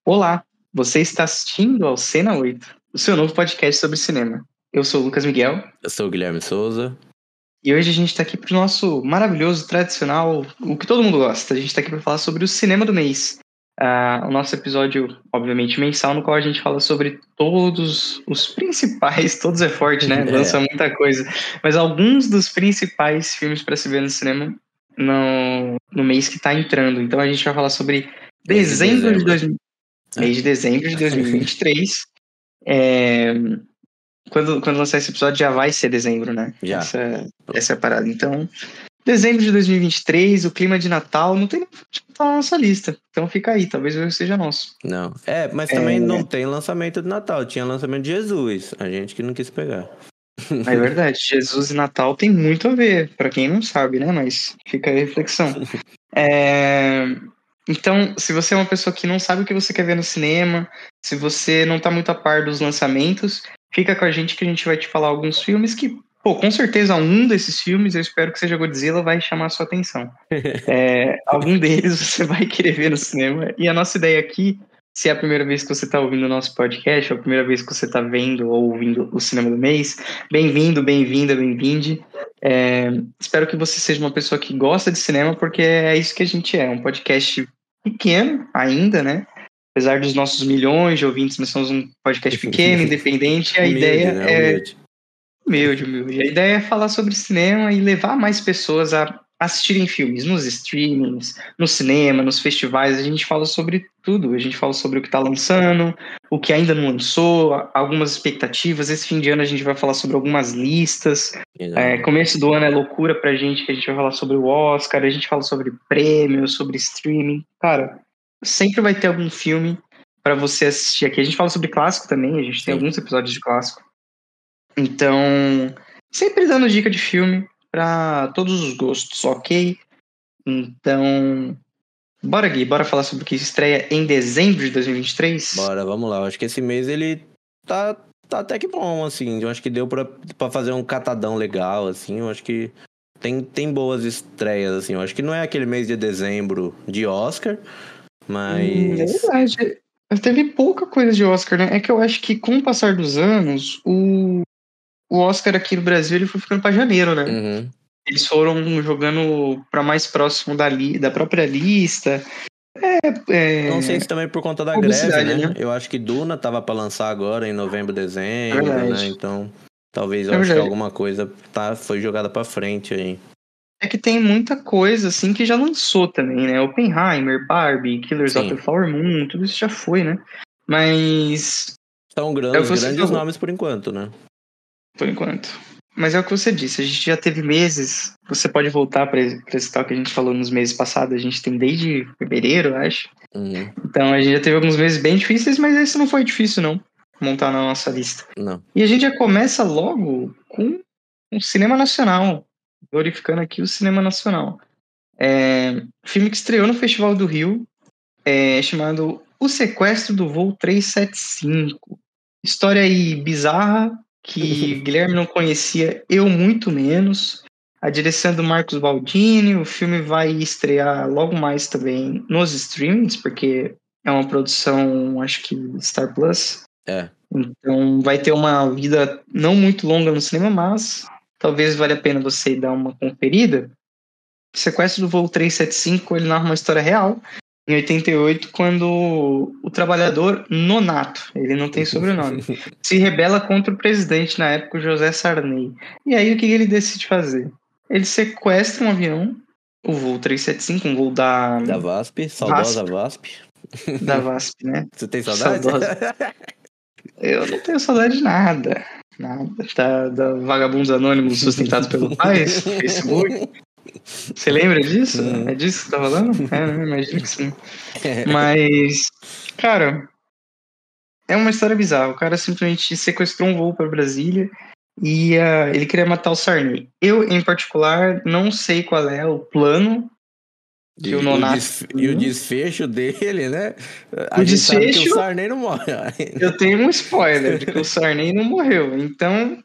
Olá, você está assistindo ao Cena 8, o seu novo podcast sobre cinema. Eu sou o Lucas Miguel. Eu sou o Guilherme Souza. E hoje a gente está aqui para o nosso maravilhoso, tradicional, o que todo mundo gosta. A gente está aqui para falar sobre o cinema do mês. O nosso episódio, obviamente, mensal, no qual a gente fala sobre todos os principais, todos é forte, né? Lança muita coisa. Mas alguns dos principais filmes para se ver no cinema no mês que está entrando. Então a gente vai falar sobre dezembro de 2000. Mês de dezembro de 2023. Quando lançar esse episódio já vai ser dezembro, né? Já. Essa é a parada. Então, dezembro de 2023, o clima de Natal, não tem nada na nossa lista. Então fica aí, talvez seja nosso. Não. Mas também não tem lançamento de Natal. Tinha lançamento de Jesus. A gente que não quis pegar. É verdade, Jesus e Natal tem muito a ver, pra quem não sabe, né? Mas fica aí a reflexão. Então, se você é uma pessoa que não sabe o que você quer ver no cinema, se você não tá muito a par dos lançamentos, fica com a gente que a gente vai te falar alguns filmes que, com certeza um desses filmes, eu espero que seja Godzilla, vai chamar a sua atenção. Algum deles você vai querer ver no cinema. E a nossa ideia aqui, se é a primeira vez que você tá ouvindo o nosso podcast, ou a primeira vez que você tá vendo ou ouvindo o Cinema do Mês, bem-vindo, bem-vinda, bem-vinde. Espero que você seja uma pessoa que gosta de cinema, porque é isso que a gente é, um podcast pequeno ainda, né? Apesar dos nossos milhões de ouvintes, nós somos um podcast pequeno, independente, e a ideia é... Humilde. A ideia é falar sobre cinema e levar mais pessoas a assistirem filmes nos streamings, no cinema, nos festivais. A gente fala sobre tudo. A gente fala sobre o que está lançando, o que ainda não lançou, algumas expectativas. Esse fim de ano a gente vai falar sobre algumas listas. Começo do ano é loucura pra gente, que a gente vai falar sobre o Oscar, a gente fala sobre prêmios, sobre streaming. Cara, sempre vai ter algum filme para você assistir aqui. A gente fala sobre clássico também, a gente tem alguns episódios de clássico. Então, sempre dando dica de filme para todos os gostos, ok? Então, bora, Gui, bora falar sobre o que estreia em dezembro de 2023? Bora, vamos lá. Eu acho que esse mês ele tá até que bom, assim. Eu acho que deu pra fazer um catadão legal, assim. Eu acho que tem boas estreias, assim. Eu acho que não é aquele mês de dezembro de Oscar, mas... É verdade. Teve pouca coisa de Oscar, né? É que eu acho que com o passar dos anos, o Oscar aqui no Brasil ele foi ficando para janeiro, né? Uhum. Eles foram jogando para mais próximo da própria lista. Não sei se também por conta da greve, né? Eu acho que Duna tava para lançar agora em novembro, dezembro, né? Então, talvez eu acho que alguma coisa foi jogada para frente aí. É que tem muita coisa, assim, que já lançou também, né? Oppenheimer, Barbie, Killers of the Flower Moon, tudo isso já foi, né? Mas... São grandes nomes por enquanto, né? Por enquanto. Mas é o que você disse, a gente já teve meses, você pode voltar para esse tal que a gente falou nos meses passados, a gente tem desde fevereiro, acho. Uhum. Então a gente já teve alguns meses bem difíceis, mas esse não foi difícil, não, montar na nossa lista. Não. E a gente já começa logo com o cinema nacional, glorificando aqui o cinema nacional. Filme que estreou no Festival do Rio, chamado O Sequestro do Voo 375. História aí bizarra, que Guilherme não conhecia, eu muito menos. A direção do Marcos Baldini, o filme vai estrear logo mais também nos streamings, porque é uma produção, acho que Star Plus. Então vai ter uma vida não muito longa no cinema, mas talvez valha a pena você dar uma conferida. O Sequestro do Voo 375, ele narra uma história real, em 88, quando o trabalhador Nonato, ele não tem sobrenome, se rebela contra o presidente na época, José Sarney. E aí o que ele decide fazer? Ele sequestra um avião, o voo 375, um voo da VASP, saudosa VASP. Da VASP, né? Você tem saudade? Eu não tenho saudade de nada. Da Vagabundos Anônimos sustentados pelo pai, no Facebook. Você lembra disso? É disso que você tá falando? Imagino que sim. Mas, cara, é uma história bizarra. O cara simplesmente sequestrou um voo para Brasília e ele queria matar o Sarney. Eu, em particular, não sei qual é o plano que o Nonato... E o desfecho dele, né? O desfecho... sabe que o Sarney não morre. Eu tenho um spoiler de que o Sarney não morreu. Então,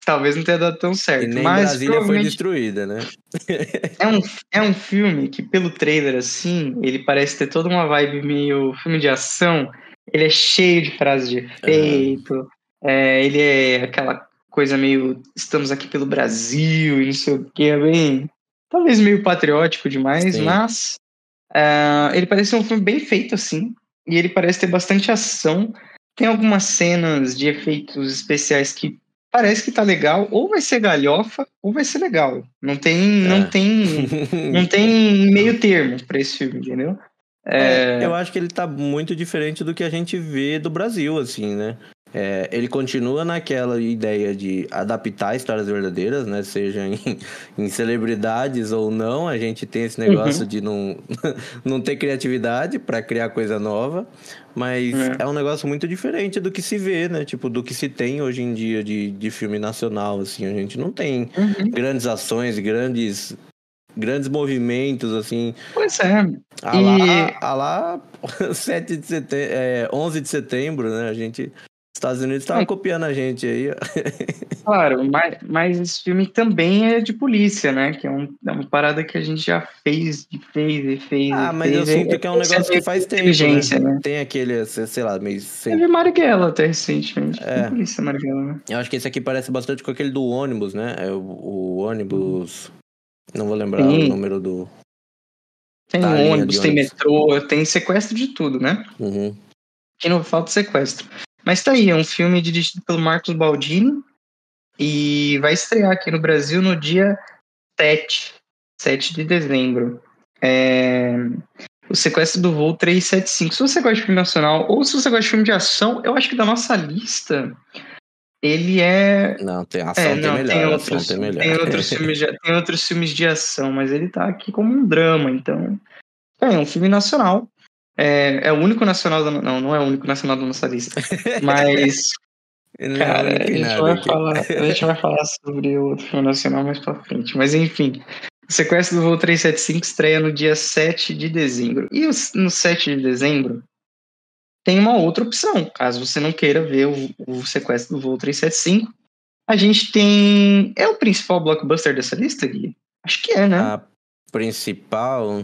talvez não tenha dado tão E certo. nem Mas Brasília foi provavelmente destruída, né? é um filme que, pelo trailer, assim, ele parece ter toda uma vibe meio filme de ação. Ele é cheio de frases de Aham. efeito. Ele é aquela coisa meio estamos aqui pelo Brasil e não sei o que. É bem. Talvez meio patriótico demais, Sim. mas ele parece ser um filme bem feito, assim. E ele parece ter bastante ação. Tem algumas cenas de efeitos especiais que parece que tá legal. Ou vai ser galhofa, ou vai ser legal. Não tem, não É. tem, não tem meio termo pra esse filme, entendeu? Eu acho que ele tá muito diferente do que a gente vê do Brasil, assim, né? Ele continua naquela ideia de adaptar histórias verdadeiras, né? Seja em celebridades ou não, a gente tem esse negócio Uhum, de não, não ter criatividade para criar coisa nova, mas é. é um negócio muito diferente do que se vê, né? Tipo, do que se tem hoje em dia de filme nacional, assim. A gente não tem Uhum. grandes ações, grandes movimentos, assim, Pois é. a lá, E, a lá 7 de setembro, 11 de setembro, né? Estados Unidos estava não, copiando a gente aí, ó. claro, mas esse filme também é de polícia, né? Que é uma parada que a gente já fez, e fez, e fez, Ah, e mas eu fez. sinto que é um Esse é negócio que meio de faz tempo, né? inteligência, né? Tem aquele, sei lá, meio sem. Teve Marighella até recentemente. Tem É, polícia Marighella, né? eu acho que esse aqui parece bastante com aquele do ônibus, né? O ônibus. Não vou lembrar o Tem, número tem da linha de ônibus, tem ônibus. metrô, tem sequestro de tudo, né? Uhum. Que não falta sequestro. Mas tá aí, é um filme dirigido pelo Marcos Baldini e vai estrear aqui no Brasil no dia 7, 7 de dezembro. É, O Sequestro do Voo 375. Se você gosta de filme nacional ou se você gosta de filme de ação, eu acho que da nossa lista, ele é. Não, tem ação, tem Não, tem melhor. Ação outros, tem melhor. tem outros filmes de ação, mas ele tá aqui como um drama, então. É um filme nacional. É o único nacional da. Não, não é o único nacional da nossa lista. Mas, Ele não é cara, único a em gente nada vai aqui. falar, a gente vai falar sobre o outro filme nacional mais pra frente. Mas enfim. O Sequestro do Voo 375 estreia no dia 7 de dezembro. E no 7 de dezembro tem uma outra opção, caso você não queira ver o Sequestro do Voo 375. A gente tem. É o principal blockbuster dessa lista, Gui? Acho que é, né? A principal.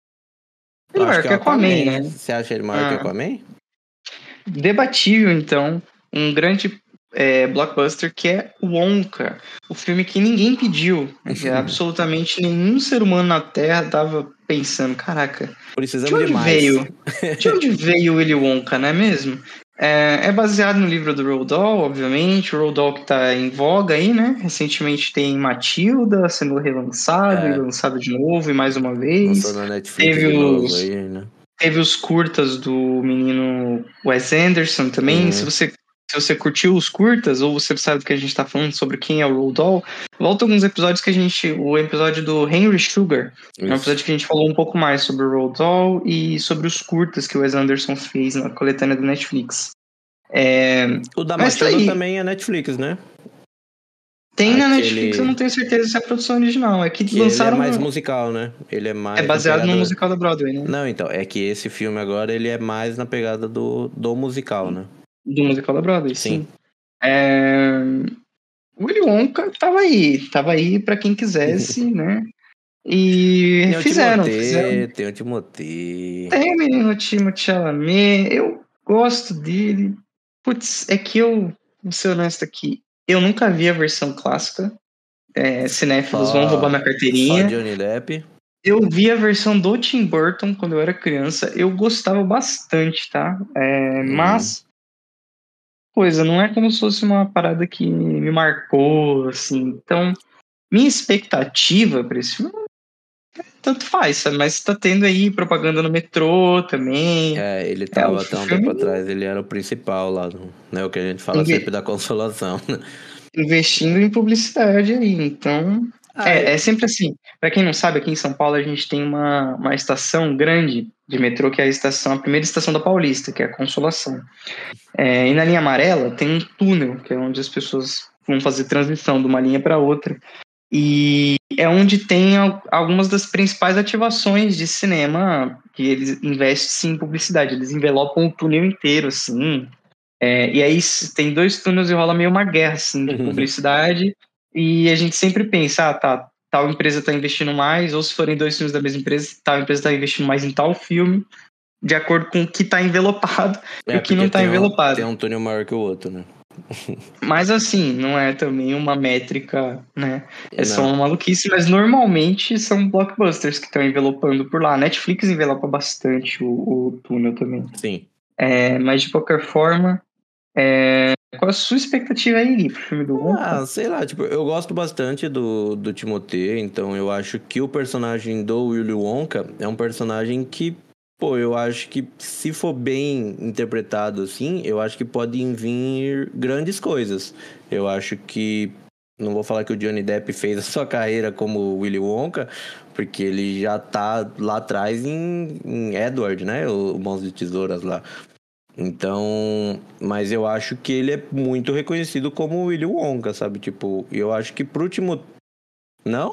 Eu Ele é acho maior que é que o Aquaman, Aquaman. né? Você acha ele maior que o Ah, Aquaman? debatível, então. Um grande blockbuster que é Wonka. O filme que ninguém pediu. Absolutamente nenhum ser humano na Terra estava pensando: caraca, de Precisamos de onde mais. veio? De onde veio o Willy Wonka, não é mesmo? É baseado no livro do Roald Dahl, obviamente. O Roald Dahl que está em voga aí, né? Recentemente tem Matilda sendo relançado e É, lançado de novo e mais uma lançou vez. na Netflix Teve de novo os, aí, né? teve os curtas do menino Wes Anderson também. Se Uhum. você curtiu os curtas, ou você sabe do que a gente está falando sobre quem é o Roald Dahl, volta alguns episódios que a gente. O episódio do Henry Sugar. É um Isso. episódio que a gente falou um pouco mais sobre o Roald Dahl e sobre os curtas que o Wes Anderson fez na coletânea do Netflix. É, O da mas tá Matilda aí. também é Netflix, né? Tem na Netflix, eu Aquele. não tenho certeza se é a produção original. É que Que ele é mais lançaram. musical, né? Ele é É mais na baseado no pegada. musical da Broadway, né? Não, então, é que esse filme agora ele é mais na pegada do musical, né? Do musical da Broadway, Sim. sim. É, O Willy Wonka tava aí para quem quisesse, né? E Tem o fizeram. Timothée, tem o Timothée. Tem o menino Timothée Chalamet, eu gosto dele. Putz, é que vou ser honesto aqui, eu nunca vi a versão clássica. Cinéfilos vão roubar Só, minha só carteirinha. Johnny Depp. Eu vi a versão do Tim Burton quando eu era criança, eu gostava bastante, tá? Uhum. Mas, coisa, não é como se fosse uma parada que me marcou, assim. Então, minha expectativa para esse filme tanto faz, sabe? Mas tá tendo aí propaganda no metrô também. Ele O tava até um tempo filme atrás, ele era o principal lá, né? O que a gente fala sempre inve- da consolação, né? investindo em publicidade aí. Então, Ah, é sempre assim. Para quem não sabe, aqui em São Paulo a gente tem uma estação grande de metrô, que é a primeira estação da Paulista, que é a Consolação. E na linha amarela tem um túnel, que é onde as pessoas vão fazer transição de uma linha para outra. E é onde tem algumas das principais ativações de cinema que eles investem sim, em publicidade. Eles envelopam o túnel inteiro, assim. E aí tem 2 túneis e rola meio uma guerra, assim, de publicidade. E a gente sempre pensa, tá, tal empresa tá investindo mais, ou se forem 2 filmes da mesma empresa, tal empresa tá investindo mais em tal filme, de acordo com o que tá envelopado e o que porque não tá envelopado. tem um túnel maior que o outro, né? Mas assim, não é também uma métrica, né? É só Não. uma maluquice, mas normalmente são blockbusters que estão envelopando por lá. A Netflix envelopa bastante o túnel também. Sim. Mas de qualquer forma, qual a sua expectativa aí pro filme do Wonka? Sei lá, tipo, eu gosto bastante do Timothée, então eu acho que o personagem do Willy Wonka é um personagem que, pô, eu acho que se for bem interpretado assim, eu acho que podem vir grandes coisas. Eu acho que, não vou falar que o Johnny Depp fez a sua carreira como Willy Wonka, porque ele já tá lá atrás em Edward, né, o Mãos de Tesouras lá. Então, mas eu acho que ele é muito reconhecido como Willy Wonka, sabe? Tipo, eu acho que pro Timo... Não?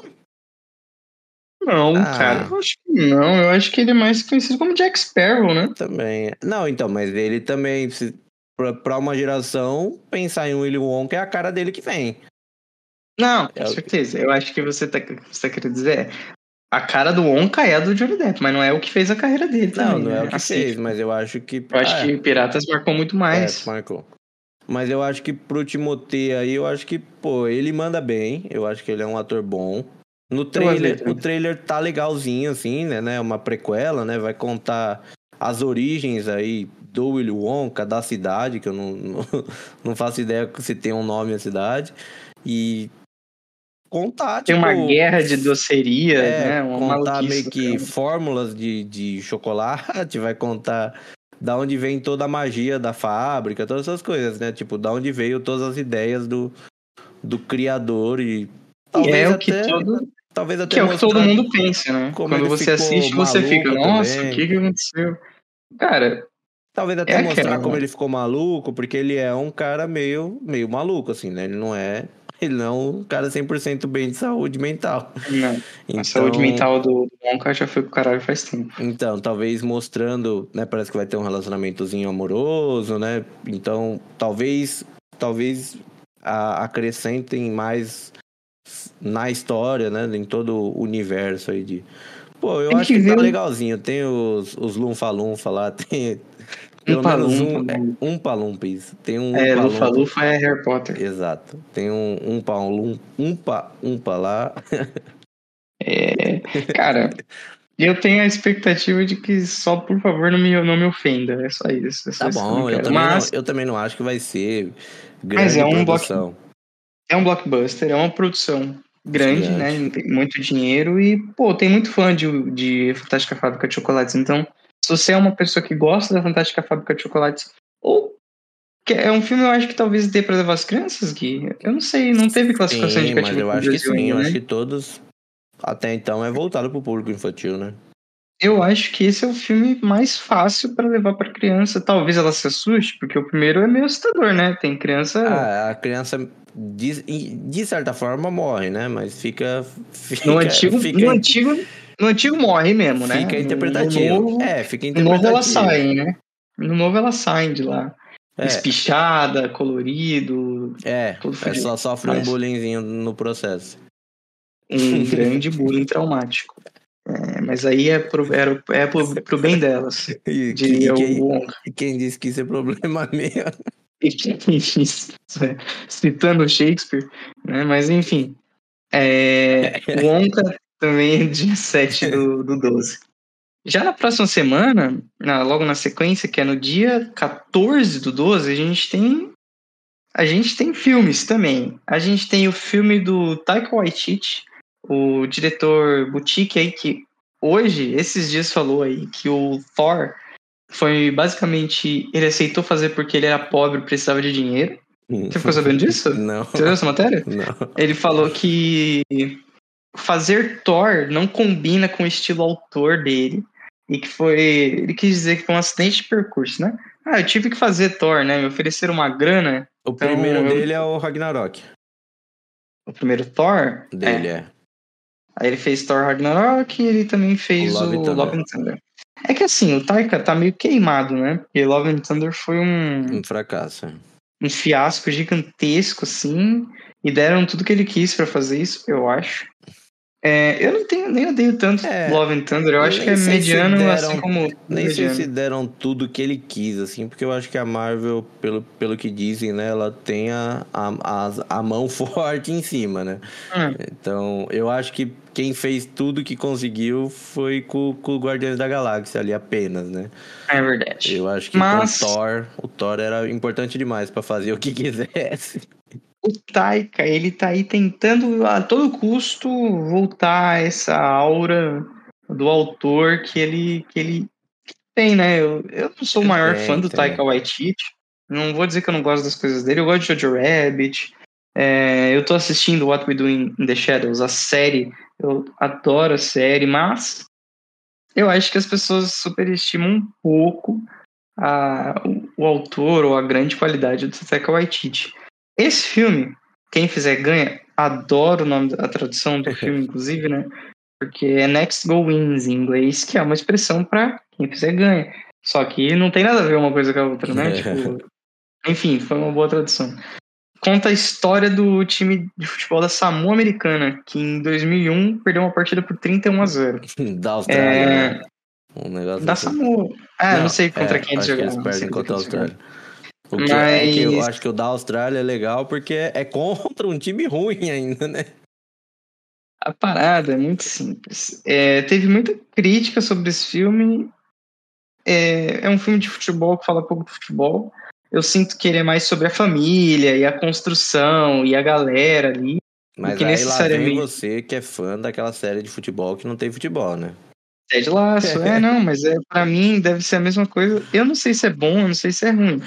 Não, cara, eu acho que não. Eu acho que ele é mais conhecido como Jack Sparrow, né? Também. Não, então, mas ele também, pra uma geração, pensar em Willy Wonka é a cara dele que vem. Não, com certeza. Eu acho que você tá querendo dizer. A cara do Wonka é a do Johnny Depp, mas não é o que fez a carreira dele também, Não né? é o que Assim, fez, mas eu acho que... eu acho que Piratas marcou muito mais. Marcou. Mas eu acho que pro Timothée aí, eu acho que, pô, ele manda bem. Eu acho que ele é um ator bom. No trailer, o trailer tá legalzinho, assim, né? Uma prequela, né? Vai contar as origens aí do Willy Wonka, da cidade, que eu não faço ideia se tem um nome a cidade. E contar, Tem tipo... uma guerra de doceria, né? Uma contar maluquice meio do que cara. fórmulas de chocolate, vai contar da onde vem toda a magia da fábrica, todas essas coisas, né? Tipo, da onde veio todas as ideias do criador e talvez O que até que é o que todo mostrar mundo pensa, né? como Quando ele você ficou assiste, você fica, maluco nossa, o também. que aconteceu? Cara, Talvez é até mostrar aquela, como né? ele ficou maluco, porque ele é um cara meio maluco, assim, né? Ele não é um cara 100% bem de saúde mental. Não. A saúde Então, mental do Wonka já foi pro caralho faz tempo. talvez mostrando, né? Parece que vai ter um relacionamentozinho amoroso, né? Então, talvez acrescentem mais na história, né? Em todo o universo aí de... Pô, eu Tem acho que que tá ver legalzinho. Tem os Lumfa-Lumfa lá, tem pelo menos Lumpa-Lumpa. Umpa-Lumpis. Tem um Umpa-Lumpa. Lufa-Lufa é Harry Potter. Exato. Tem um Umpa-Umpa lá. Cara, eu tenho a expectativa de que só, por favor, não me ofenda. É só isso. É só Tá isso que eu não bom, quero. Mas eu também não acho que vai ser Mas grande produção. é um blockbuster, é uma produção grande, Gigante. né? Tem muito dinheiro e, pô, tem muito fã de Fantástica Fábrica de Chocolates. Então, se você é uma pessoa que gosta da Fantástica Fábrica de Chocolates, ou que é um filme, eu acho que talvez dê pra levar as crianças, Gui. Eu não sei, não teve classificação Sim, mas indicativa eu pro acho que Brasil sim. ainda, Eu acho né? que todos, até então, é voltado pro público infantil, né? Eu acho que esse é o filme mais fácil pra levar pra criança. Talvez ela se assuste, porque o primeiro é meio assustador, né? Tem criança. A criança, de certa forma, morre, né? Mas fica, No fica, antigo, fica, no antigo, no antigo morre mesmo, né? fica No interpretativo. novo, Fica no novo elas interpretativo. saem, né? No novo elas saem de lá. É, Espichada, colorido, todo fodido. só sofre um Mas bullyingzinho no processo. um grande bullying traumático. Mas aí pro bem delas, diria o Wong. E quem disse que isso é problema meu? E quem disse, citando Shakespeare, né? Mas enfim, o Wonka também é dia 7 do 12. Já na próxima semana, logo na sequência, que é no dia 14 do 12, a gente tem filmes também. A gente tem o filme do Taika Waititi, o diretor boutique aí, que hoje, esses dias falou aí que o Thor foi basicamente, ele aceitou fazer porque ele era pobre e precisava de dinheiro. Você ficou sabendo disso? Não, Você viu essa matéria? não. Ele falou que fazer Thor não combina com o estilo autor dele. E que foi. Ele quis dizer que foi um acidente de percurso, né? Eu tive que fazer Thor, né? Me ofereceram uma grana. O primeiro Então, dele é o Ragnarok. o primeiro Thor. Dele é. Aí ele fez Thor Ragnarok e ele também O fez Love o and Love Thunder. and Thunder. É que assim, o Taika tá meio queimado, né? Porque Love and Thunder foi Um fracasso. um fiasco gigantesco, assim, e deram tudo que ele quis pra fazer isso, eu acho. Eu não tenho, nem odeio tanto É, Love and Thunder, eu acho que nem é sei se mediano, assim deram. como Nem sei se mediano. deram tudo que ele quis, assim, porque eu acho que a Marvel, pelo que dizem, né, ela tem a mão forte em cima, né? Hum, Então, eu acho que quem fez tudo que conseguiu foi com o Guardiões da Galáxia ali apenas, né? é verdade. Eu acho que com Mas o Thor era importante demais pra fazer o que quisesse. o Taika, ele tá aí tentando a todo custo voltar essa aura do autor que ele tem, né? Eu não sou o maior fã do Taika Tem. Waititi. Não vou dizer que eu não gosto das coisas dele. Eu gosto de Jojo Rabbit. Eu tô assistindo What We Do in the Shadows, a série. Eu adoro a série, mas eu acho que as pessoas superestimam um pouco o autor ou a grande qualidade do Taika Waititi. Esse filme, Quem Fizer Ganha, adoro o nome da tradução do filme, inclusive, né? Porque é Next Go Wins em inglês, que é uma expressão para quem fizer ganha. Só que não tem nada a ver uma coisa com a outra, né? Tipo, enfim, foi uma boa tradução. Conta a história do time de futebol da Samoa Americana, que em 2001 perdeu uma partida por 31-0. Da Austrália, né? É, Um negócio da assim. Samoa. Não Não, sei contra quem eles acho que eles jogaram. Não sei perdem contra quem contra a eles jogaram. Austrália. O que é que eu Mas, acho que o da Austrália é legal porque é contra um time ruim ainda, né? a parada é muito simples. Teve muita crítica sobre esse filme. É um filme de futebol que fala pouco de futebol. Eu sinto que ele é mais sobre a família e a construção e a galera ali, do Mas que aí lá vem necessariamente você que é fã daquela série de futebol que não tem futebol, né? Ted Lasso. Não, mas para mim deve ser a mesma coisa. Eu não sei se é bom, eu não sei se é ruim.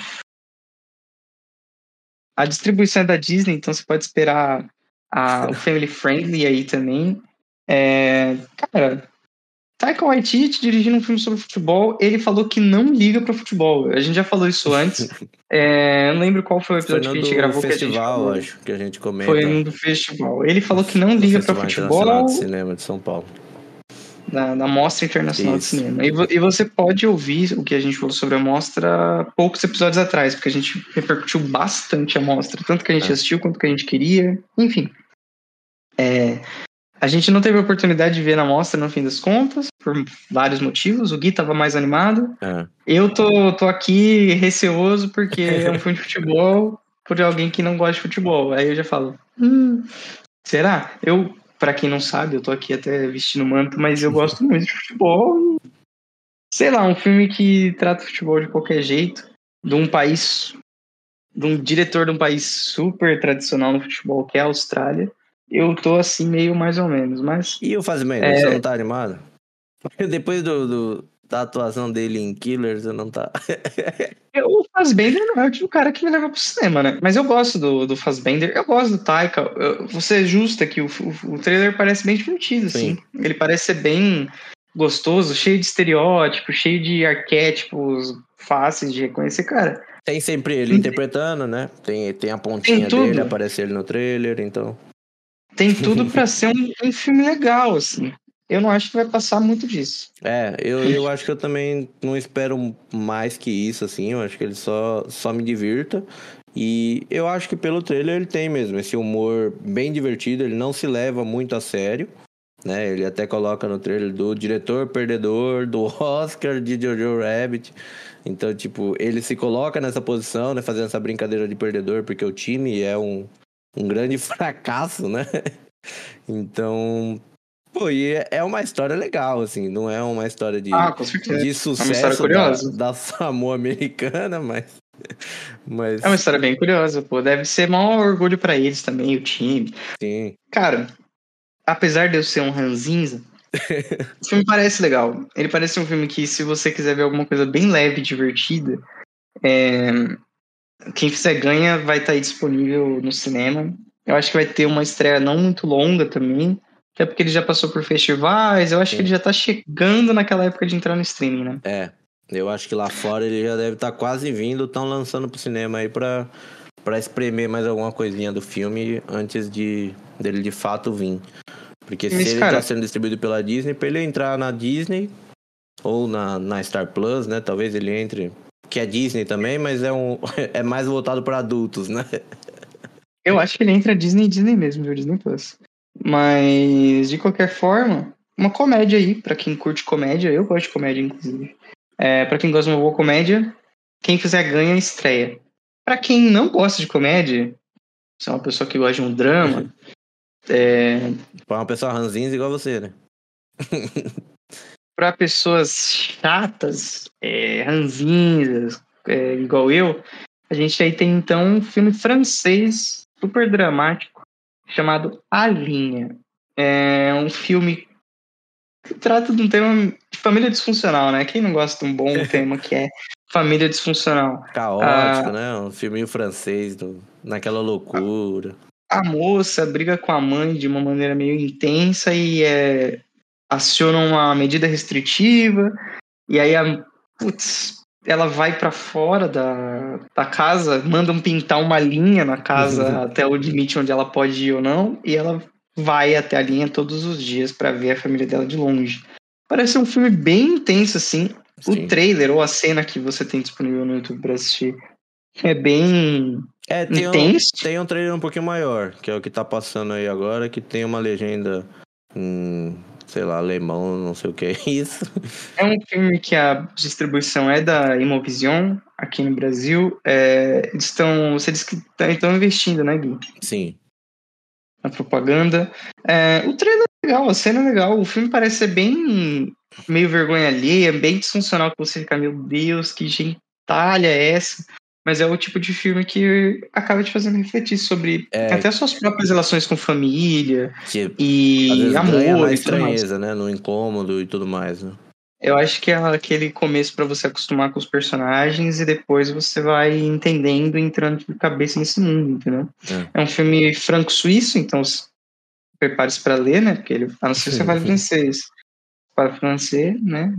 A distribuição é da Disney, então você pode esperar o Family Friendly aí também. Cara, Taika Waititi dirigindo um filme sobre futebol, ele falou que não liga para futebol. A gente já falou isso antes. Eu não lembro qual foi o Foi episódio no que a gente do gravou que a gente festival, falou. acho, que a gente Foi comenta no do festival. Ele falou que não no liga para Festival Internacional de futebol Cinema de São Paulo. na Mostra Internacional de Isso. Cinema. E você pode ouvir o que a gente falou sobre a mostra poucos episódios atrás, porque a gente repercutiu bastante a mostra, tanto que a gente É. assistiu quanto que a gente queria. Enfim. A gente não teve a oportunidade de ver na mostra no fim das contas, por vários motivos. O Gui estava mais animado. É. Eu tô aqui receoso porque é um filme de futebol por alguém que não gosta de futebol. Aí eu já falo, será? Pra quem não sabe, eu tô aqui até vestindo manto, mas eu gosto muito de futebol. Sei lá, um filme que trata futebol de qualquer jeito, de um país, de um diretor de um país super tradicional no futebol, que é a Austrália. Eu tô assim meio mais ou menos, mas E o Fassbender, você não tá animado? Depois da atuação dele em Killers, você não tá. o Fassbender não é o tipo de cara que me leva pro cinema, né? Mas eu gosto do Fassbender, eu gosto do Taika. Vou ser justa que o trailer parece bem divertido, assim. Sim. Ele parece ser bem gostoso, cheio de estereótipos, cheio de arquétipos fáceis de reconhecer. Cara, Tem sempre ele interpretando, né? Tem a tem pontinha dele, tudo, aparece ele no trailer, então. tem tudo pra ser um filme legal, assim. Eu não acho que vai passar muito disso. Eu acho que eu também não espero mais que isso, assim. Eu acho que ele só me divirta. E eu acho que pelo trailer ele tem mesmo esse humor bem divertido. Ele não se leva muito a sério, né? Ele até coloca no trailer do diretor perdedor, do Oscar de Jojo Rabbit. Então, tipo, ele se coloca nessa posição, né? Fazendo essa brincadeira de perdedor, porque o time é um grande fracasso, né? Então, pô, e é uma história legal, assim, não é uma história Com certeza. de É uma história sucesso curiosa. da Samoa Americana, É uma mas história bem curiosa, pô. Deve ser maior orgulho pra eles também, o time. sim, Cara, apesar de eu ser um ranzinza, o filme parece legal. Ele parece um filme que, se você quiser ver alguma coisa bem leve e divertida, Quem Fizer Ganha vai estar aí disponível no cinema. Eu acho que vai ter uma estreia não muito longa também, até porque ele já passou por festivais. Eu acho que ele sim. já tá chegando naquela época de entrar no streaming, né? Eu acho que lá fora ele já deve estar quase vindo, estão lançando pro cinema aí pra espremer mais alguma coisinha do filme antes dele de fato vir. Porque se Mas, ele tá cara, sendo distribuído pela Disney, pra ele entrar na Disney, ou na Star Plus, né? Talvez ele entre, que é Disney também, mas é mais voltado para adultos, né? Eu acho que ele entra Disney mesmo, viu? Disney Plus. Mas, de qualquer forma, uma comédia aí, pra quem curte comédia. Eu gosto de comédia, inclusive. Pra quem gosta de uma boa comédia, quem fizer ganha, estreia. Pra quem não gosta de comédia, se é uma pessoa que gosta de um drama, Para uma pessoa ranzinza igual você, né? pra pessoas chatas, ranzinhas, igual eu, a gente aí tem então um filme francês super dramático chamado A Linha. É um filme que trata de um tema de família disfuncional, né? Quem não gosta de um bom tema que é família disfuncional? Caótico, né? Um filminho francês, naquela loucura. A moça briga com a mãe de uma maneira meio intensa e aciona uma medida restritiva, e aí ela vai para fora da casa, mandam pintar uma linha na casa até o limite onde ela pode ir ou não, e ela vai até a linha todos os dias para ver a família dela de longe. Parece um filme bem intenso, assim. O Sim. trailer ou a cena que você tem disponível no YouTube para assistir é bem intenso. Tem um trailer um pouquinho maior, que é o que tá passando aí agora, que tem uma legenda em, sei lá, alemão, não sei o que é isso. É um filme que a distribuição é da Imovision, aqui no Brasil. Você disse que estão investindo, né, Gui? Sim. Na propaganda. O trailer é legal, a cena é legal. O filme parece ser bem meio vergonha alheia, bem disfuncional, que você fica, meu Deus, que gentalha é essa? Mas é o tipo de filme que acaba te fazendo refletir sobre até suas próprias relações com família Que às e vezes ganha amor na e tudo mais. estranheza, né? No incômodo e tudo mais, né? Eu acho que é aquele começo para você acostumar com os personagens e depois você vai entendendo e entrando de cabeça nesse mundo, entendeu? É um filme franco-suíço, então prepare-se para ler, né? Porque a não ser que você fale francês. Para francês, né?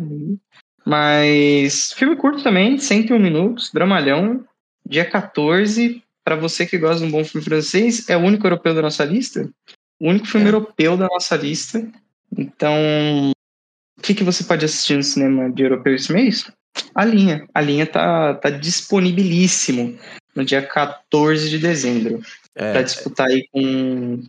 Mas filme curto também, 101 minutos, dramalhão, dia 14. Para você que gosta de um bom filme francês, é o único europeu da nossa lista? O único filme europeu da nossa lista. Então, o que você pode assistir no cinema de europeu esse mês? A Linha. A Linha tá disponibilíssimo no dia 14 de dezembro. Para disputar aí com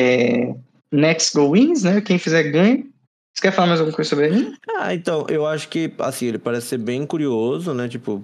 Next Go Wins, né? Quem fizer ganha. Você quer falar mais alguma coisa sobre a Linha? Então, eu acho que, assim, ele parece ser bem curioso, né? Tipo,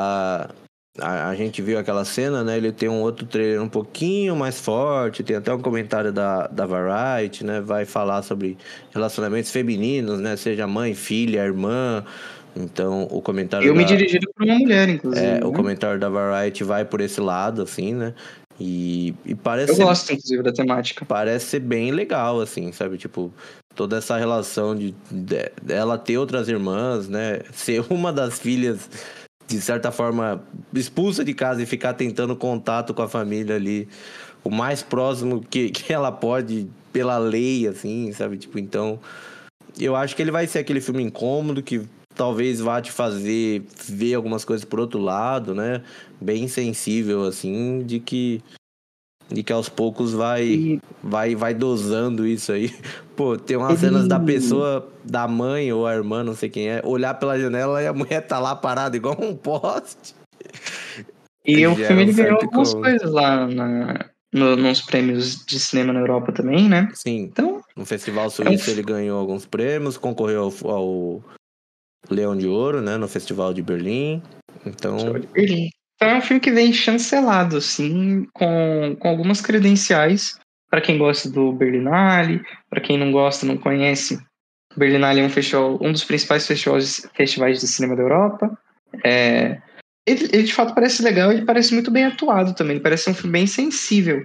a gente viu aquela cena, né? Ele tem um outro trailer um pouquinho mais forte, tem até um comentário da Variety, né? Vai falar sobre relacionamentos femininos, né? Seja mãe, filha, irmã. Então, o comentário Me dirigido por uma mulher, inclusive. o né? comentário da Variety vai por esse lado, assim, né? E parece Eu gosto, inclusive, da temática. parece ser bem legal, assim, sabe? Tipo, toda essa relação dela ter outras irmãs, né? Ser uma das filhas, de certa forma, expulsa de casa e ficar tentando contato com a família ali, o mais próximo que ela pode, pela lei, assim, sabe? Tipo, então, eu acho que ele vai ser aquele filme incômodo que talvez vá te fazer ver algumas coisas por outro lado, né? Bem sensível, assim, de que aos poucos vai dosando isso aí. Pô, tem umas cenas da pessoa, da mãe ou a irmã, não sei quem é, olhar pela janela e a mulher tá lá parada igual um poste. E o Já é filme um ele ganhou certo algumas incômodo. coisas lá nos prêmios de cinema na Europa também, né? Sim, Então, no Festival é um Suíço ele ganhou alguns prêmios, concorreu ao Leão de Ouro, né, no Festival de Berlim. Então, Então é um filme que vem chancelado, assim, com algumas credenciais. Para quem gosta do Berlinale, para quem não gosta, não conhece, Berlinale é um festival, um dos principais festivais de cinema da Europa. Ele de fato parece legal, ele parece muito bem atuado também, ele parece um filme bem sensível.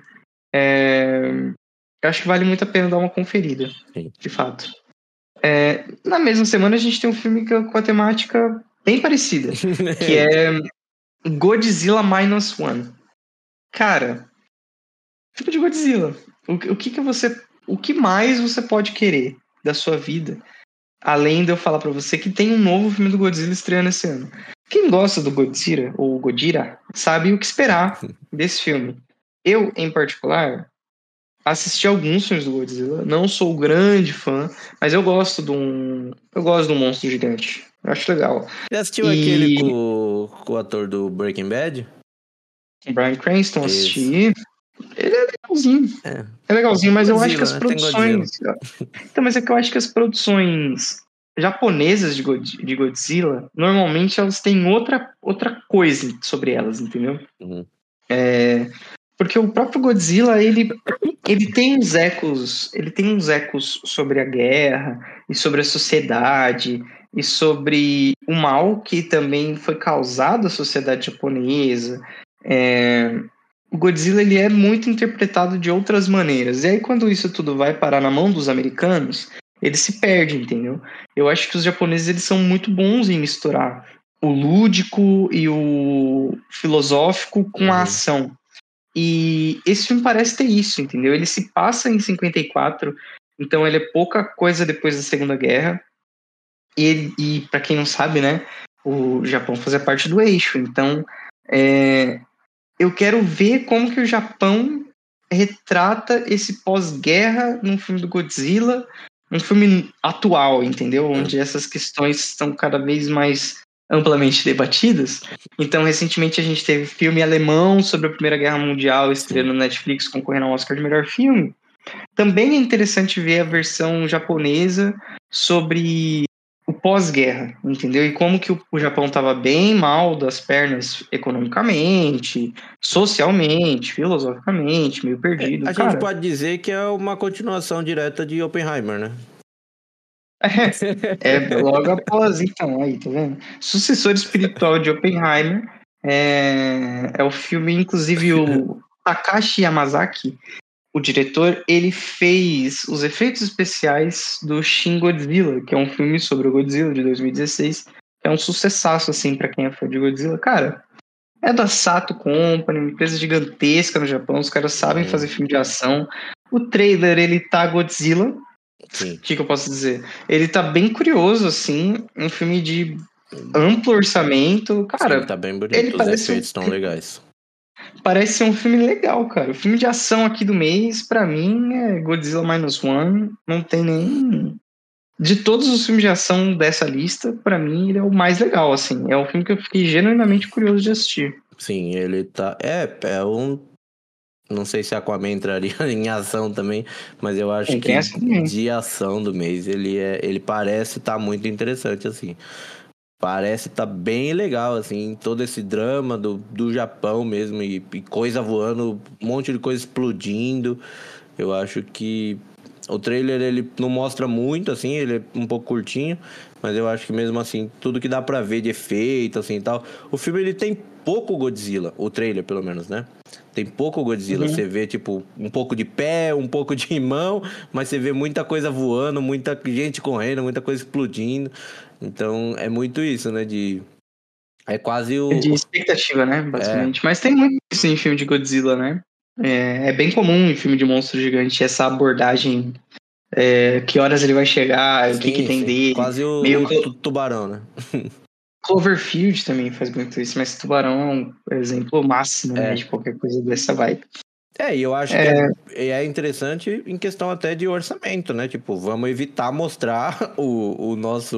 Eu acho que vale muito a pena dar uma conferida, sim. de fato. Na mesma semana a gente tem um filme com a temática bem parecida, que é Godzilla Minus One. Cara, tipo de Godzilla. O que mais você pode querer da sua vida, além de eu falar pra você que tem um novo filme do Godzilla estreando esse ano? Quem gosta do Godzilla, ou Godira, sabe o que esperar desse filme. Eu, em particular, assisti alguns filmes do Godzilla. Não sou grande fã, mas eu gosto de um monstro gigante. Eu acho legal. Você assistiu aquele E com o ator do Breaking Bad? o Bryan Cranston Isso. assisti. Ele é legalzinho. É. É legalzinho, mas eu acho que Godzilla, as né? Tem Godzilla. produções. Então, mas é que eu acho que as produções japonesas de Godzilla, normalmente elas têm outra coisa sobre elas, entendeu? Uhum. Porque o próprio Godzilla, ele tem uns ecos sobre a guerra e sobre a sociedade e sobre o mal que também foi causado à sociedade japonesa. O Godzilla ele é muito interpretado de outras maneiras. E aí quando isso tudo vai parar na mão dos americanos, ele se perde, entendeu? Eu acho que os japoneses eles são muito bons em misturar o lúdico e o filosófico com a ação. E esse filme parece ter isso, entendeu? Ele se passa em 54, então ele é pouca coisa depois da Segunda Guerra. E para quem não sabe, né, o Japão fazia parte do eixo. Então, eu quero ver como que o Japão retrata esse pós-guerra num filme do Godzilla, um filme atual, entendeu? Onde essas questões estão cada vez mais amplamente debatidas. Então, recentemente a gente teve filme alemão sobre a Primeira Guerra Mundial estreando no Netflix, concorrendo ao Oscar de melhor filme. Também é interessante ver a versão japonesa sobre o pós-guerra, entendeu? E como que o Japão estava bem mal das pernas economicamente, socialmente, filosoficamente, meio perdido. A gente Cara, pode dizer que é uma continuação direta de Oppenheimer, né? logo após, então, aí, tá vendo? Sucessor espiritual de Oppenheimer é o filme, inclusive o Takashi Yamazaki, o diretor, ele fez os efeitos especiais do Shin Godzilla, que é um filme sobre o Godzilla de 2016, que é um sucessaço, assim, pra quem é fã de Godzilla. Cara, é da Sato Company, uma empresa gigantesca no Japão, os caras sabem fazer filme de ação. O trailer, ele tá Godzilla. Sim. O que eu posso dizer? Ele tá bem curioso, assim, um filme de amplo orçamento. Cara, Sim, tá bem bonito, ele os efeitos estão legais. parece ser um filme legal, cara. O filme de ação aqui do mês, pra mim, é Godzilla Minus One. Não tem nem. De todos os filmes de ação dessa lista, pra mim, ele é o mais legal, assim. É um filme que eu fiquei genuinamente curioso de assistir. Sim, ele tá. É um. Não sei se Aquaman entraria em ação também, mas eu acho que de ação do mês ele parece estar muito interessante, assim. Parece estar bem legal, assim, todo esse drama do Japão mesmo, e coisa voando, um monte de coisa explodindo. Eu acho que o trailer ele não mostra muito, assim, ele é um pouco curtinho, mas eu acho que mesmo assim, tudo que dá pra ver de efeito, assim e tal. O filme ele tem pouco Godzilla, o trailer pelo menos, né? Tem pouco Godzilla, Você vê tipo um pouco de pé, um pouco de mão, mas você vê muita coisa voando, muita gente correndo, muita coisa explodindo. Então é muito isso, né? É quase De expectativa, né? Basicamente. Mas tem muito isso em filme de Godzilla, né? É bem comum em filme de monstro gigante essa abordagem. Que horas ele vai chegar, sim, o que tem dele. Quase Meio tubarão, né? Cloverfield também faz muito isso, mas Tubarão é um exemplo máximo, né, de qualquer coisa dessa vibe. E eu acho que é interessante em questão até de orçamento, né? Tipo, vamos evitar mostrar o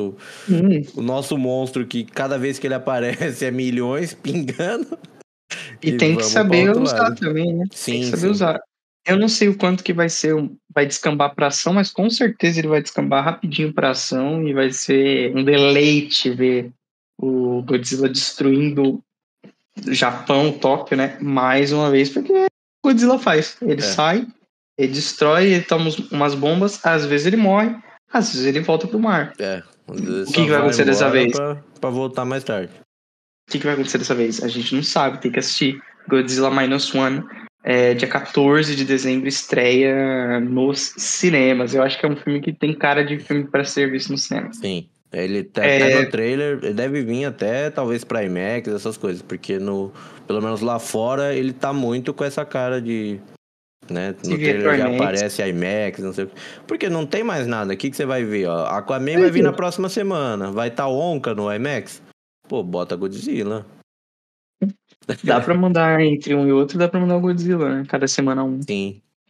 nosso monstro que cada vez que ele aparece é milhões pingando. E tem que saber usar também, né? Sim, tem que saber usar. Eu não sei o quanto que vai descambar pra ação, mas com certeza ele vai descambar rapidinho pra ação e vai ser um deleite ver o Godzilla destruindo o Japão, Tóquio, né? Mais uma vez, porque o Godzilla faz. Ele sai, ele destrói, ele toma umas bombas, às vezes ele morre, às vezes ele volta pro mar. O que vai acontecer dessa vez? Pra voltar mais tarde. O que vai acontecer dessa vez? A gente não sabe, tem que assistir. Godzilla Minus One, dia 14 de dezembro, estreia nos cinemas. Eu acho que é um filme que tem cara de filme para ser visto no cinema. Sim, ele tá até no trailer, ele deve vir até talvez pra IMAX, essas coisas, porque pelo menos lá fora ele tá muito com essa cara de... Né? No trailer já aparece IMAX, não sei o que. Porque não tem mais nada. O que você vai ver? Ó? Aquaman vai vir na próxima semana. Vai estar Onca no IMAX? Pô, bota Godzilla. Dá pra mandar entre um e outro, dá pra mandar o Godzilla, né? Cada semana um. Sim.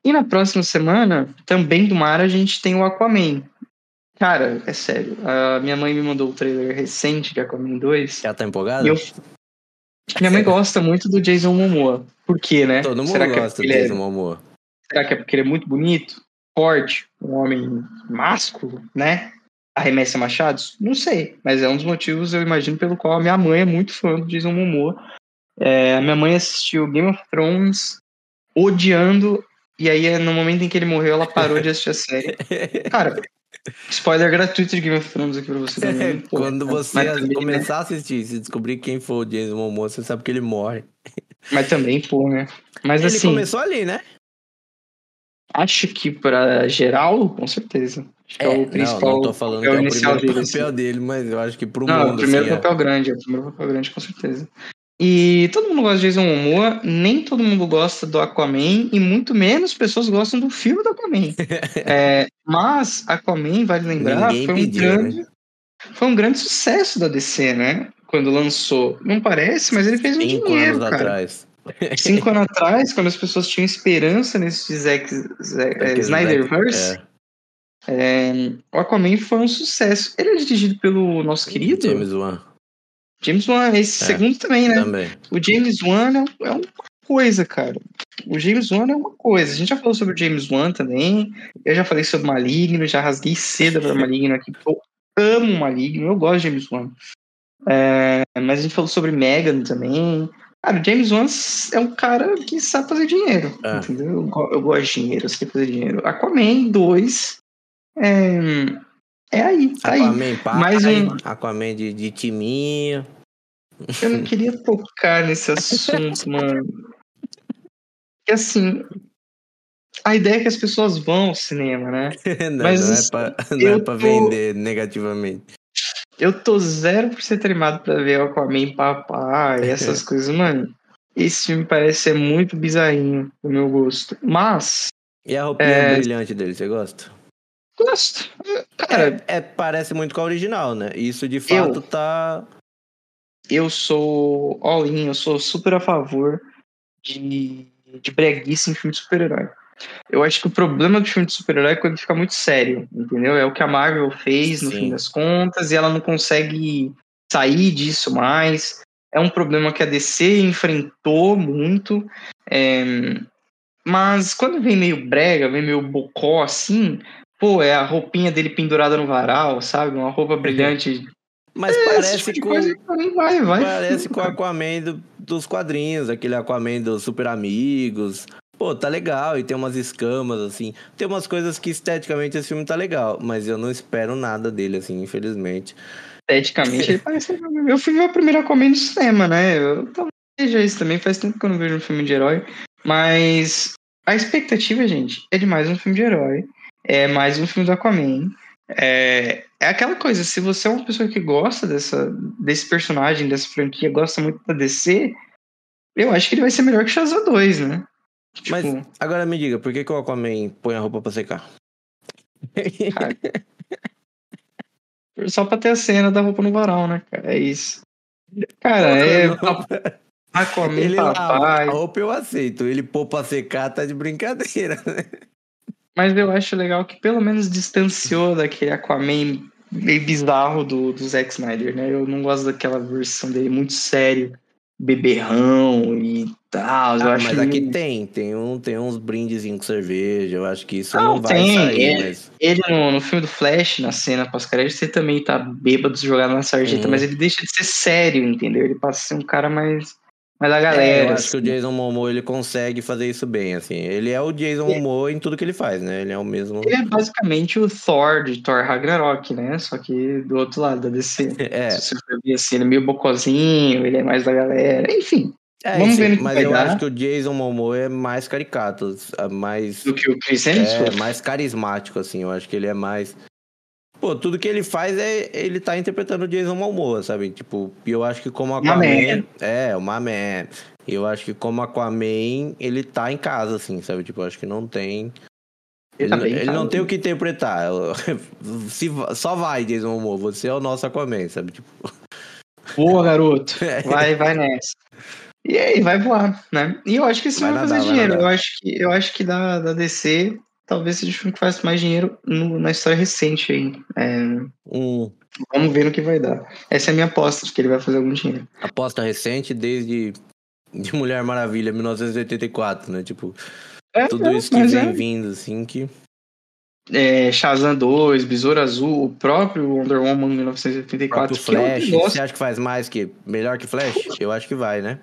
E na próxima semana, também do mar, a gente tem o Aquaman. Cara, é sério. A minha mãe me mandou o trailer recente de Aquaman 2. Já tá empolgada? E minha mãe gosta muito do Jason Momoa. Por quê, né? Todo mundo Será que gosta do Jason Momoa. Será que é porque ele é muito bonito, forte, um homem másculo, né? Arremessa machados? Não sei, mas é um dos motivos, eu imagino, pelo qual a minha mãe é muito fã do Jason Momoa. A minha mãe assistiu Game of Thrones odiando, e aí no momento em que ele morreu, ela parou de assistir a série. Cara, spoiler gratuito de Game of Thrones aqui pra você também. Quando você começar a assistir, se descobrir quem for o Jason Momoa, você sabe que ele morre. Mas também, pô, né? Mas ele assim, começou ali, né? Acho que pra geral, com certeza. Acho que é o principal. Não tô falando que é o primeiro papel dele, mas eu acho que pro mundo. Não, o primeiro papel grande, é o primeiro papel grande, com certeza. E todo mundo gosta de Jason Momoa, nem todo mundo gosta do Aquaman, e muito menos pessoas gostam do filme do Aquaman. Mas Aquaman, vale lembrar, foi um grande sucesso da DC, né? Quando lançou. Não parece, mas ele fez um dinheiro, 5 anos atrás. 5 anos atrás, quando as pessoas tinham esperança nesse Snyderverse, o Aquaman foi um sucesso. Ele é dirigido pelo nosso querido James Wan, esse segundo também, né? Também. O James Wan é uma coisa, cara. O James Wan é uma coisa. A gente já falou sobre o James Wan também. Eu já falei sobre Maligno, já rasguei seda para Maligno aqui, porque eu amo Maligno, eu gosto de James Wan. Mas a gente falou sobre Megan também. Cara, o James Wan é um cara que sabe fazer dinheiro, entendeu? Eu gosto de dinheiro, eu sei fazer dinheiro. Aquaman 2 aí, tá Aquaman aí. Mais Aquaman de timinho. Eu não queria tocar nesse assunto, mano. Porque assim, a ideia é que as pessoas vão ao cinema, né? Mas não é pra vender negativamente. Eu tô 0% animado pra ver o Aquaman papai, essas coisas, mano. Esse filme parece ser muito bizarrinho, do meu gosto. Mas... E a roupinha brilhante dele, você gosta? Gosto. Cara... Parece muito com a original, né? Isso, de fato, tá... Eu sou all-in, eu sou super a favor de breguice em filme de super-herói. Eu acho que o problema do filme de super-herói é quando ele fica muito sério, entendeu? É o que a Marvel fez, no fim das contas, e ela não consegue sair disso mais. É um problema que a DC enfrentou muito. Mas quando vem meio brega, vem meio bocó assim, pô, é a roupinha dele pendurada no varal, sabe? Uma roupa brilhante. Mas parece tipo parece com o Aquaman dos quadrinhos, aquele Aquaman dos Super Amigos. Pô, tá legal, e tem umas escamas, assim. Tem umas coisas que esteticamente esse filme tá legal, mas eu não espero nada dele, assim, infelizmente. Esteticamente ele parece... Eu fui ver o primeiro Aquaman no cinema, né? Eu talvez veja isso também, faz tempo que eu não vejo um filme de herói. Mas a expectativa, gente, é de mais um filme de herói. É mais um filme do Aquaman. É aquela coisa, se você é uma pessoa que gosta desse personagem, dessa franquia, gosta muito da DC, eu acho que ele vai ser melhor que Shazam 2, né? Mas agora me diga, por que o Aquaman põe a roupa pra secar? Cara, só pra ter a cena da roupa no varal, né, cara? É isso. Cara, Aquaman ele papai. Lava, a roupa eu aceito, ele pôr pra secar tá de brincadeira, né? Mas eu acho legal que pelo menos distanciou daquele Aquaman meio bizarro do Zack Snyder, né? Eu não gosto daquela versão dele muito sério, beberrão e tal. Eu acho mas aqui tem uns brindezinhos com cerveja, eu acho que isso não vai sair, mas... Ele no filme do Flash, na cena pós-crédito, ele também tá bêbado, jogado na sarjeta, mas ele deixa de ser sério, entendeu? Ele passa a ser um cara mais da galera. Eu acho que o Jason Momoa, ele consegue fazer isso bem, assim. Ele é o Jason Momoa em tudo que ele faz, né? Ele é o mesmo... Ele é basicamente o Thor de Thor Ragnarok, né? Só que do outro lado da DC. Se você for ver assim, ele é meio bocozinho, ele é mais da galera, enfim. Vamos ver no que vai dar. Mas eu acho que o Jason Momoa é mais caricato, mais... Do que o Chris Hemsworth? Mais carismático, assim. Eu acho que ele é mais... Pô, tudo que ele faz ele tá interpretando o Jason Momoa, sabe? Tipo, eu acho que como Aquaman... o Maman. E eu acho que como Aquaman, ele tá em casa, assim, sabe? Tipo, eu acho que não tem... Ele não tem o que interpretar. Só vai, Jason Momoa. Você é o nosso Aquaman, sabe? Tipo... Boa, garoto. Vai nessa. E aí vai voar, né? E eu acho que esse filme vai fazer dinheiro. Nadar. Eu acho que da DC talvez seja o filme que faz mais dinheiro na história recente aí. Vamos ver no que vai dar. Essa é a minha aposta, de que ele vai fazer algum dinheiro. Aposta recente desde de Mulher Maravilha, 1984, né? Tipo, tudo isso que vem vindo, assim, que... Shazam 2, Besouro Azul, o próprio Wonder Woman 1984. O Flash, você acha que faz melhor que Flash? Eu acho que vai, né?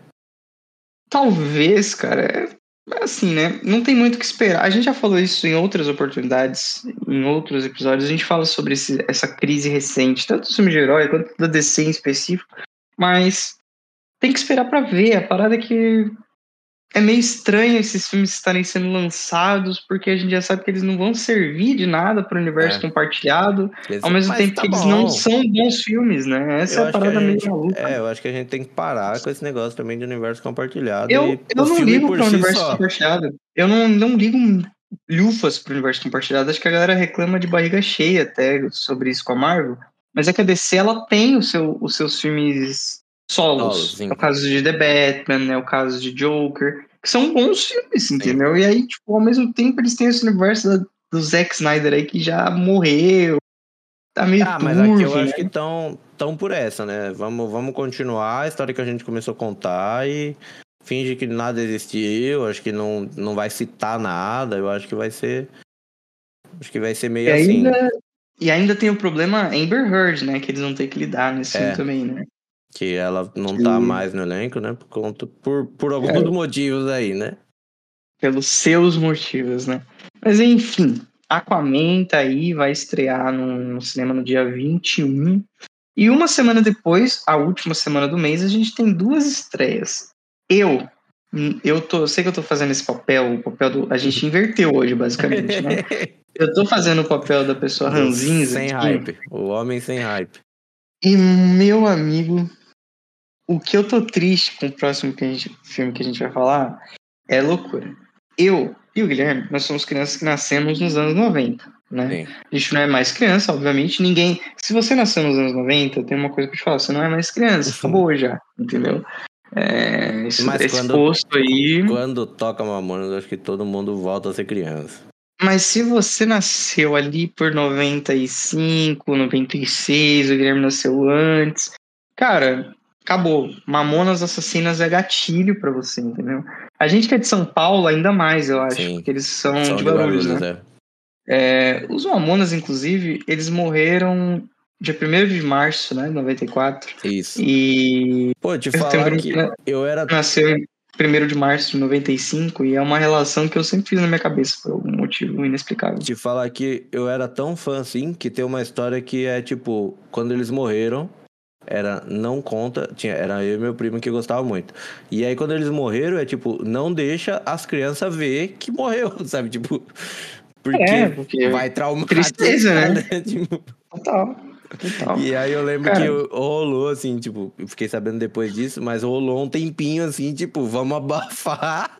Talvez, cara. Assim, né? Não tem muito o que esperar. A gente já falou isso em outras oportunidades, em outros episódios. A gente fala sobre essa crise recente, tanto do filme de herói quanto da DC em específico. Mas tem que esperar pra ver. A parada é que é meio estranho esses filmes estarem sendo lançados, porque a gente já sabe que eles não vão servir de nada para o universo compartilhado, ao mesmo tempo que eles não são bons filmes, né? Essa é a parada meio maluca. Eu acho que a gente tem que parar com esse negócio também de universo compartilhado. Eu não ligo para o universo compartilhado. Eu não ligo lufas para o universo compartilhado. Acho que a galera reclama de barriga cheia até sobre isso com a Marvel. Mas é que a DC, ela tem os seus filmes solos. É o caso de The Batman, é o caso de Joker, que são bons filmes, entendeu? E aí, tipo, ao mesmo tempo eles têm esse universo do Zack Snyder aí que já morreu, tá meio turvo, mas aqui eu acho que tão por essa, né? Vamos continuar a história que a gente começou a contar e finge que nada existiu, acho que não vai citar nada, eu acho que vai ser meio assim. E ainda tem o problema Amber Heard, né? Que eles vão ter que lidar nesse filme também, né? Que ela não tá mais no elenco, né? Por alguns motivos aí, né? Pelos seus motivos, né? Mas enfim, Aquaman tá aí, vai estrear no cinema no dia 21. E uma semana depois, a última semana do mês, a gente tem 2 estreias. Eu sei que eu tô fazendo esse papel, a gente inverteu hoje, basicamente, né? Eu tô fazendo o papel da pessoa ranzinza. Sem hype, o homem sem hype. E, meu amigo, o que eu tô triste com o próximo filme que a gente vai falar é loucura. Eu e o Guilherme, nós somos crianças que nascemos nos anos 90, né? Sim. A gente não é mais criança, obviamente. Ninguém... Se você nasceu nos anos 90, tem uma coisa pra te falar, você não é mais criança, acabou já, entendeu? Esse posto aí... Quando toca Mamonas, eu acho que todo mundo volta a ser criança. Mas se você nasceu ali por 95, 96, o Guilherme nasceu antes, cara, acabou. Mamonas Assassinas é gatilho pra você, entendeu? A gente que é de São Paulo, ainda mais, eu acho, porque eles são de Guarulhos, né? Os Mamonas, inclusive, eles morreram dia 1º de março, né, 94. Isso. E... Pô, te falar que eu era... Nasceu em 1º de março de 95 e é uma relação que eu sempre fiz na minha cabeça por algum motivo inexplicável. Te falar que eu era tão fã assim que tem uma história que é tipo, quando eles morreram, era eu e meu primo que gostava muito. E aí quando eles morreram é tipo, não deixa as crianças ver que morreu, sabe? Tipo, porque vai traumatizar, tristeza, né? Tipo... Total. E aí eu lembro que rolou assim, tipo, eu fiquei sabendo depois disso, mas rolou um tempinho assim, tipo, vamos abafar.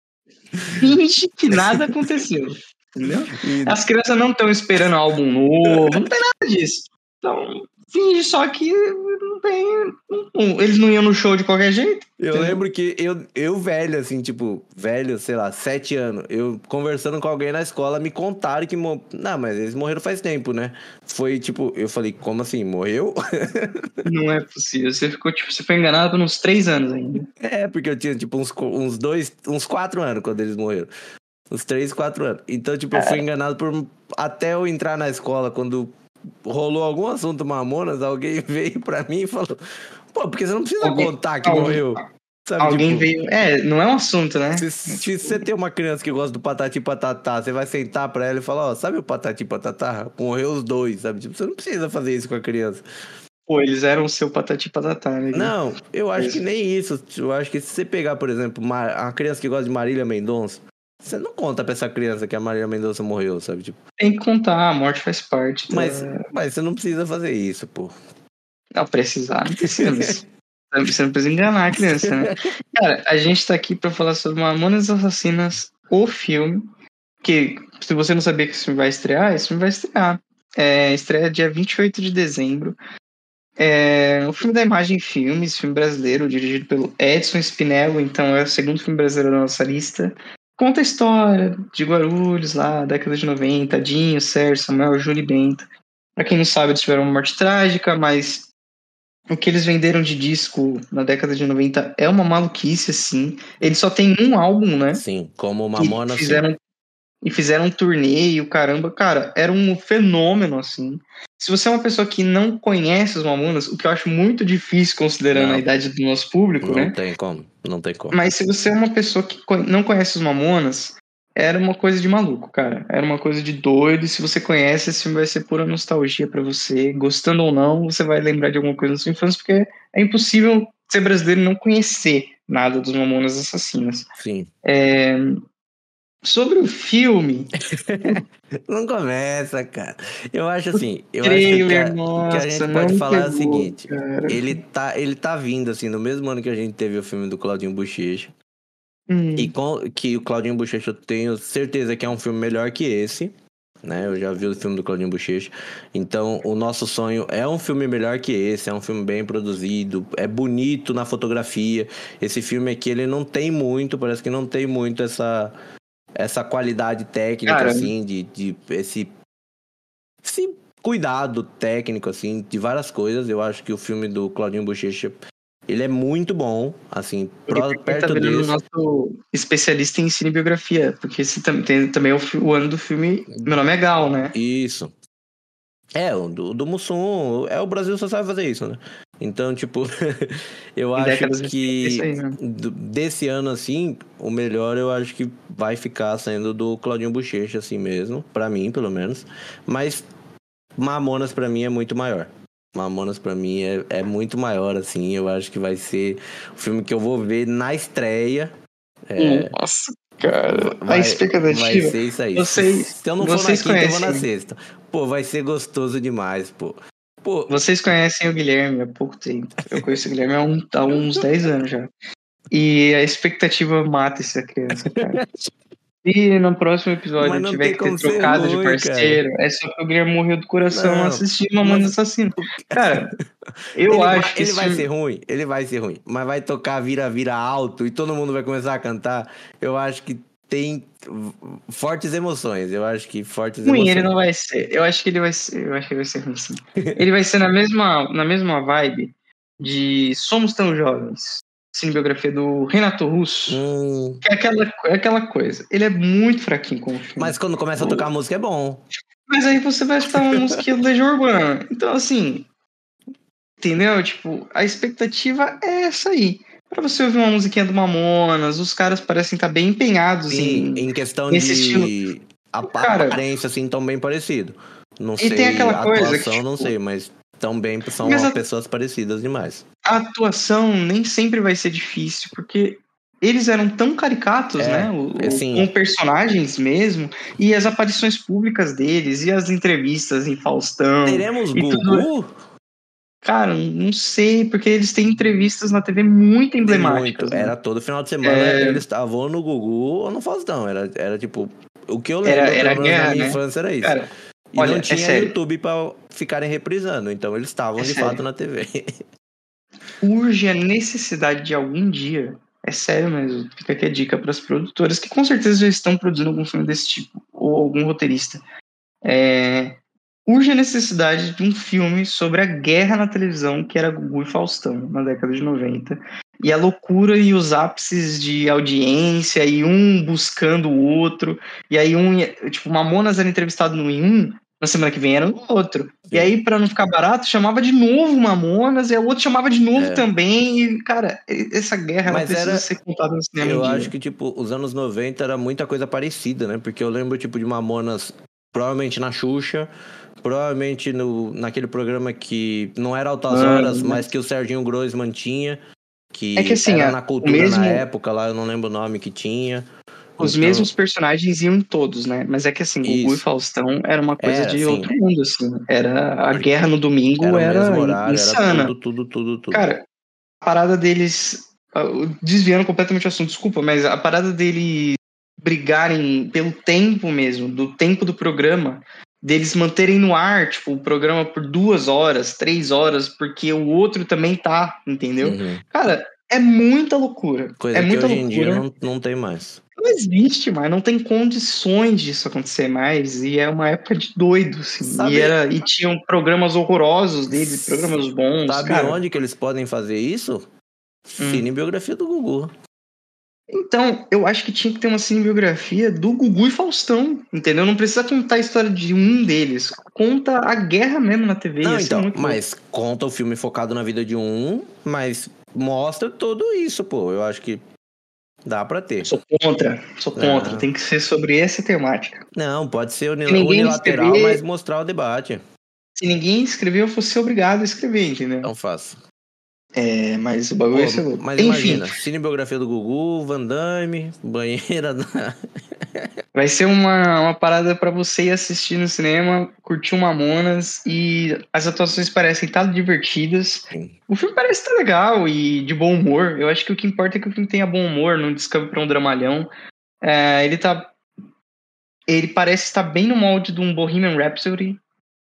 Finge que nada aconteceu, entendeu? As crianças não estão esperando álbum novo, não tem nada disso. Então, finge só que não tem... Eles não iam no show de qualquer jeito. Eu lembro que eu velho, assim, tipo, velho, sei lá, 7 anos, eu conversando com alguém na escola, me contaram que... Não, mas eles morreram faz tempo, né? Foi, tipo, eu falei, como assim, morreu? Não é possível, você foi enganado por uns 3 anos ainda. Porque eu tinha, tipo, uns 4 anos quando eles morreram. Uns 3, 4 anos. Então, tipo, eu fui enganado até eu entrar na escola, quando rolou algum assunto Mamonas, alguém veio pra mim e falou... Pô, porque você não precisa contar que morreu. Sabe, alguém veio... não é um assunto, né? Se você tem uma criança que gosta do Patati Patatá, você vai sentar pra ela e falar, sabe o Patati Patatá? Morreu os 2, sabe? Tipo, você não precisa fazer isso com a criança. Pô, eles eram o seu Patati Patatá, né? Não, eu acho que nem isso. Eu acho que se você pegar, por exemplo, a criança que gosta de Marília Mendonça, você não conta pra essa criança que a Marília Mendonça morreu, sabe? Tipo, tem que contar, a morte faz parte. Mas você não precisa fazer isso, pô. Não precisa. Você não precisa enganar a criança, né? Cara, a gente tá aqui pra falar sobre Mamonas Assassinas, o filme, que se você não sabia que esse filme vai estrear, esse filme vai estrear. Estreia dia 28 de dezembro. É um filme da Imagem Filmes, filme brasileiro, dirigido pelo Edson Spinello, então é o segundo filme brasileiro da nossa lista. Conta a história de Guarulhos, lá, década de 90, Dinho, Sérgio, Samuel, Júlio e Bento. Pra quem não sabe, eles tiveram uma morte trágica, mas o que eles venderam de disco na década de 90 é uma maluquice, assim. Eles só tem um álbum, né? Sim, como Que Mamona, sim. fizeram um turnê e o caramba, cara, era um fenômeno, assim. Se você é uma pessoa que não conhece os Mamonas, o que eu acho muito difícil considerando a Não, idade do nosso público, não né? tem como, não tem como. Mas se você é uma pessoa que não conhece os Mamonas, era uma coisa de maluco, cara. Era uma coisa de doido. E se você conhece, esse filme vai ser pura nostalgia pra você. Gostando ou não, você vai lembrar de alguma coisa da sua infância, porque é impossível ser brasileiro e não conhecer nada dos Mamonas Assassinas. Sim. Sobre o filme, Não começa, cara. Eu acho assim, eu acho que trailer, o que a nossa, gente não pode me falar é o pegou, seguinte, cara. ele tá vindo assim, no mesmo ano que a gente teve o filme do Claudinho Bochecha, e Hum, que o Claudinho Bochecha eu tenho certeza que é um filme melhor que esse, né? Eu já vi o filme do Claudinho Bochecha. Então, o nosso sonho é um filme melhor que esse, é um filme bem produzido, é bonito na fotografia. Esse filme aqui, ele não tem muito, parece que não tem muito essa qualidade técnica, cara, assim, esse cuidado técnico, assim, de várias coisas. Eu acho que o filme do Claudinho Bochecha, ele é muito bom, assim, porque pra quem tá perto vendo o desse. nosso especialista em cinebiografia, porque esse também é o ano do filme Meu Nome é Gal, né? Isso. É, o do Mussum, o Brasil só sabe fazer isso, né? Então, tipo, eu Em acho décadas de 30, é isso que aí, né? desse ano, assim, o melhor eu acho que vai ficar sendo do Claudinho Bochecha, assim mesmo, pra mim, pelo menos. Mas Mamonas pra mim é muito maior. Mamonas pra mim é muito maior, assim. Eu acho que vai ser o filme que eu vou ver na estreia. Nossa, cara, a Vai expectativa. ser isso aí. Vocês, Se eu não for na vocês quinta, eu vou na conhecem, sexta. Pô, vai ser gostoso demais, pô. Pô, vocês conhecem o Guilherme há pouco tempo. Eu conheço o Guilherme há uns 10 anos já. E a expectativa mata essa criança, cara. Se no próximo episódio mas eu não tiver tem que ter como ser trocado de ruim, cara. parceiro, é só que o Guilherme morreu do coração Não, assistindo Mamonas mas Assassino. Cara, eu acho que ele esse vai ser filme. ruim, ele vai ser ruim. Mas vai tocar vira-vira alto e todo mundo vai começar a cantar. Eu acho que tem fortes emoções. Eu acho que fortes Ruim, ele emoções. não vai ser. Eu acho que ele vai ser. Eu acho que ele vai ser ruim, sim. Ele vai ser na mesma vibe de Somos Tão Jovens, cinebiografia do Renato Russo. Hum, Que é aquela coisa. Ele é muito fraquinho como mas filme. quando começa a tocar música é bom. Mas aí você vai escutar uma música do Legião Urbana. Então, assim, entendeu? Tipo, a expectativa é essa aí. Pra você ouvir uma musiquinha do Mamonas, os caras parecem estar bem empenhados Sim, em questão nesse estilo. de Cara, aparência, assim, tão bem parecido. Não e tem sei, aquela a coisa que, atuação, não tipo, sei, mas tão bem, mas são pessoas parecidas demais. a atuação nem sempre vai ser difícil, porque eles eram tão caricatos, né? Assim, Com personagens mesmo, e as aparições públicas deles, e as entrevistas em Faustão, teremos e tudo. Gugu? Cara, não sei, porque eles têm entrevistas na TV muito Tem muito. emblemáticas, né? Era todo final de semana, eles estavam no Gugu ou no Faustão. Era tipo, o que eu Era, lembro, era pelo a menos na guerra, minha né? infância, era isso. Cara, E não olha, é tinha sério, YouTube pra ficarem reprisando, então eles é estavam de fato sério. na TV. Urge a necessidade de algum dia, é sério mesmo, fica aqui a dica para as produtoras, que com certeza já estão produzindo algum filme desse tipo, ou algum roteirista. Urge a necessidade de um filme sobre a guerra na televisão, que era Gugu e Faustão, na década de 90. E a loucura e os ápices de audiência, e um buscando o outro, e aí tipo, Mamonas era entrevistado no em um, na semana que vem era no outro. E Sim. aí, para não ficar barato, chamava de novo Mamonas, e o outro chamava de novo É. também, e, cara, essa guerra, ela Mas precisa ser contada no cinema um eu acho dia. que, tipo, os anos 90 era muita coisa parecida, né? Porque eu lembro, tipo, de Mamonas, provavelmente na Xuxa, provavelmente naquele programa que não era Altas Horas, Mano, mas que o Serginho Groisman tinha, é que que assim, era na o cultura na mesmo, época lá, eu não lembro o nome que tinha. os Então, mesmos personagens iam em todos, né? Mas é que assim, Gugu e isso. Faustão era uma coisa Era, de assim, outro mundo, assim. Era a guerra no domingo era o mesmo era horário, era insana. tudo, tudo, tudo, tudo. Cara, a parada deles, desviando completamente o assunto, desculpa, mas a parada deles brigarem pelo tempo mesmo, do tempo do programa, deles manterem no ar, tipo, o programa por 2 horas, 3 horas, porque o outro também tá, entendeu? Uhum. Cara, é muita loucura. Coisa É que muita hoje em dia loucura. não tem mais. Não existe mais, não tem condições disso acontecer mais. E é uma época de doido, assim. Sabe, E tinham programas horrorosos deles, programas bons, sabe cara. onde que eles podem fazer isso? Hum. Cinebiografia do Gugu. Então, eu acho que tinha que ter uma cinebiografia do Gugu e Faustão, entendeu? Não precisa contar a história de um deles. Conta a guerra mesmo na TV, Não, ia ser então, muito louco. mas conta o filme focado na vida de um, mas mostra tudo isso, pô. Eu acho que dá pra ter. Sou contra. Não, Tem que ser sobre essa temática. não, pode ser Se ninguém unilateral, mas escrever, mostrar o debate. se ninguém escrever, eu fosse obrigado a escrever, entendeu? Então faça. É, mas o bagulho Pô, ia ser louco. mas Enfim, imagina, cinebiografia do Gugu, Van Damme, banheira da... vai ser uma parada pra você ir assistir no cinema, curtir um Mamonas, e as atuações parecem estar divertidas. O filme parece estar legal e de bom humor. Eu acho que o que importa é que o filme tenha bom humor, não descambe pra um dramalhão. É, ele parece estar bem no molde de um Bohemian Rhapsody,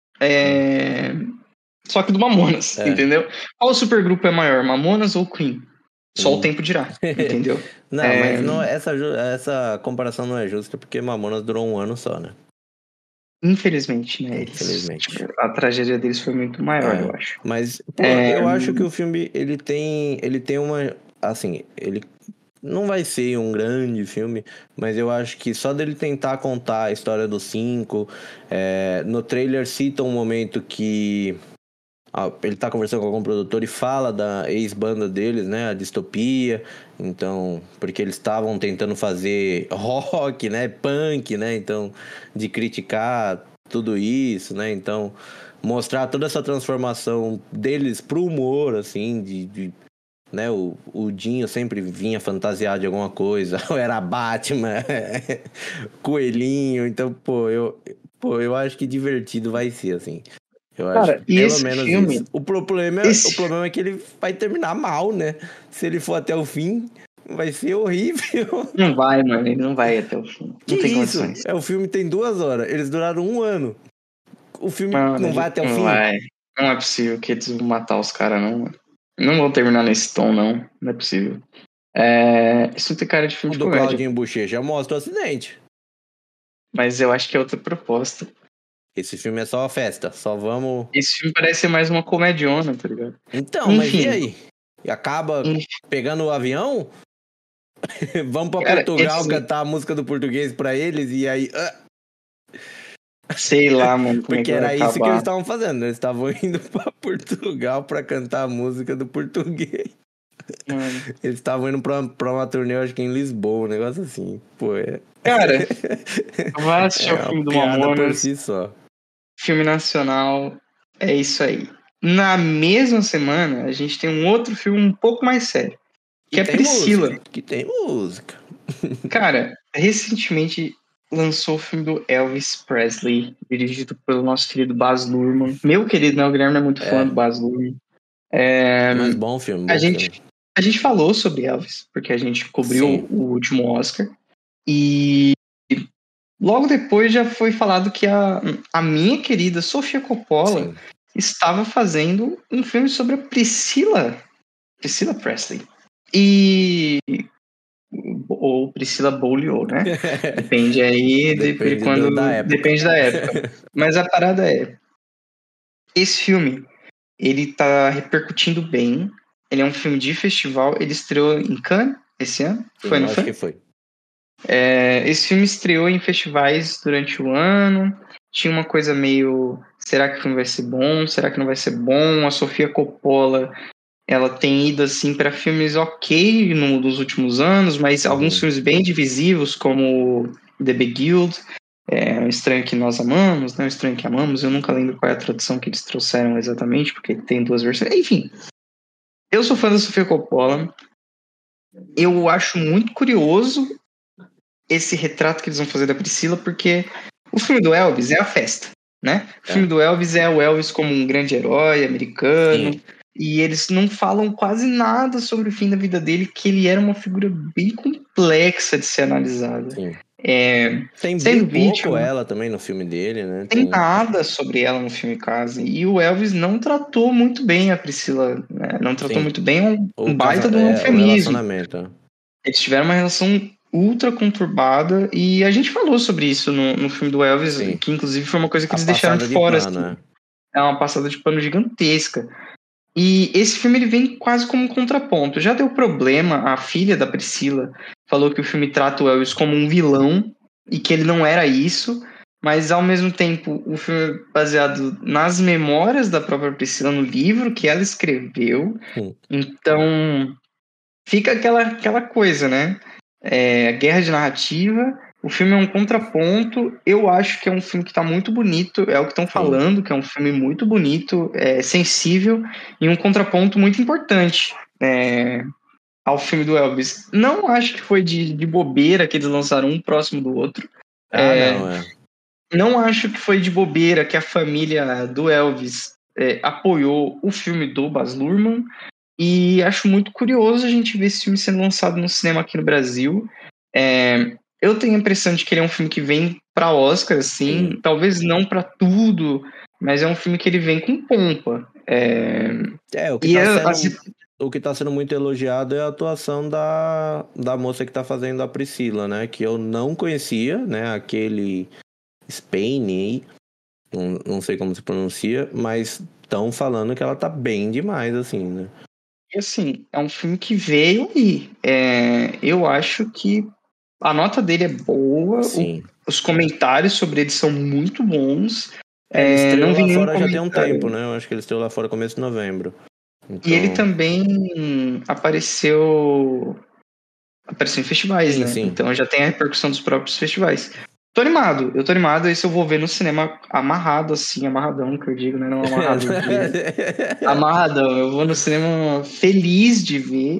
só que do Mamonas, É. entendeu? Qual supergrupo é maior, Mamonas ou Queen? Só o tempo dirá, entendeu? Não, mas não, essa comparação não é justa, porque Mamonas durou 1 ano só, né? Infelizmente, né? Infelizmente. Tipo, a tragédia deles foi muito maior, eu acho. Mas, pô, eu acho que o filme, ele tem uma, assim, ele não vai ser um grande filme, mas eu acho que só dele tentar contar a história dos 5, no trailer cita um momento que ele tá conversando com algum produtor e fala da ex-banda deles, né, a Distopia, então, porque eles estavam tentando fazer rock, né, punk, né, então, de criticar tudo isso, né, então, mostrar toda essa transformação deles pro humor, assim, né, o Dinho sempre vinha fantasiado de alguma coisa, ou era Batman, Coelhinho, então, eu acho que divertido vai ser, assim. Eu acho Cara, que e pelo esse menos filme, isso. O problema é que ele vai terminar mal, né? Se ele for até o fim, vai ser horrível. não vai, mano, ele não vai até o fim. Que Não tem isso? condições. O filme tem 2 horas. Eles duraram 1 ano. O filme Mano, não vai ele até o não fim. vai. Não é possível que eles vão matar os caras, não, mano. Não vão terminar nesse tom, não. Não é possível. Isso tem cara de O filme de do comédia. Claudinho Bochecha mostra o acidente. Mas eu acho que é outra proposta. Esse filme é só uma festa. Só vamos. Esse filme parece ser mais uma comediona, tá ligado? Então, mas e Enfim. aí? E acaba pegando o avião? Vamos pra Cara, Portugal cantar a música do português pra eles e aí. sei lá, mano, como é Porque que vai era isso que eles acabar. estavam fazendo. Eles estavam indo pra Portugal pra cantar a música do português. Mano. Eles estavam indo pra uma turnê, acho que em Lisboa, um negócio assim. Pô, Cara, vai assistir o uma filme do piada por Mamonas. si só. Filme nacional, é isso aí. Na mesma semana, a gente tem um outro filme um pouco mais sério, que é tem Priscila. música. Que tem música. Cara, recentemente lançou o filme do Elvis Presley, dirigido pelo nosso querido Baz Luhrmann. Meu querido, né? O Guilherme é muito fã do Baz Luhrmann. Mas bom filme, A bom filme. gente falou sobre Elvis, porque a gente cobriu Sim. o último Oscar. E logo depois já foi falado que a minha querida Sofia Coppola Sim. estava fazendo um filme sobre a Priscila Presley. Ou Priscila Beaulieu, né? Depende aí depende da época. Mas a parada é, esse filme, ele tá repercutindo bem. Ele é um filme de festival, ele estreou em Cannes esse ano. Sim, Não acho foi? que foi. Esse filme estreou em festivais durante o ano. Tinha uma coisa meio, será que o filme vai ser bom? Será que não vai ser bom? A Sofia Coppola, ela tem ido assim para filmes ok nos últimos anos, mas alguns filmes bem divisivos, como The Big Guild, Um Estranho que Nós Amamos, né? Um Estranho que Amamos. Eu nunca lembro qual é a tradução que eles trouxeram exatamente, porque tem 2 versões. Enfim, eu sou fã da Sofia Coppola. Eu acho muito curioso esse retrato que eles vão fazer da Priscila, porque o filme do Elvis é a festa, né? O filme do Elvis é o Elvis como um grande herói americano. Sim. E eles não falam quase nada sobre o fim da vida dele, que ele era uma figura bem complexa de ser analisada. Tem Sendo bem pouco vítima, ela também no filme dele, né? tem nada sobre ela no filme quase. E o Elvis não tratou muito bem a Priscila, né? Não tratou Sim, muito bem, é um baita de um o eufemismo. relacionamento. Eles tiveram uma relação ultra conturbada e a gente falou sobre isso no filme do Elvis, Sim. que inclusive foi uma coisa que A eles deixaram de passada de fora. pano, Assim. É uma passada de pano gigantesca. E esse filme ele vem quase como um contraponto. Já deu problema, a filha da Priscila falou que o filme trata o Elvis como um vilão e que ele não era isso, mas ao mesmo tempo o filme é baseado nas memórias da própria Priscila no livro que ela escreveu. Então fica aquela coisa, né? Guerra de narrativa. O filme é um contraponto. Eu acho que é um filme que está muito bonito. É o que estão falando, que é um filme muito bonito, sensível e um contraponto muito importante ao filme do Elvis. Não acho que foi de bobeira que eles lançaram um próximo do outro. Não acho que foi de bobeira que a família do Elvis apoiou o filme do Baz Luhrmann. E acho muito curioso a gente ver esse filme sendo lançado no cinema aqui no Brasil. Eu tenho a impressão de que ele é um filme que vem para Oscar, assim, talvez não para tudo, mas é um filme que ele vem com pompa. O que tá sendo muito elogiado é a atuação da moça que tá fazendo a Priscila, né? Que eu não conhecia, né? Aquele Spain, não sei como se pronuncia, mas estão falando que ela tá bem demais, assim, né? E assim, é um filme que veio aí. Eu acho que a nota dele é boa, os comentários sobre ele são muito bons. Ele estreou não vi lá nenhum fora já tem um comentário. tempo, né? Eu acho que ele estreou lá fora começo de novembro. Então... E ele também apareceu em festivais, né? Sim. Então já tem a repercussão dos próprios festivais. Eu tô animado, esse eu vou ver no cinema amarrado, assim, amarradão, que eu digo, né? Não amarrado amarradão. Eu vou no cinema feliz de ver.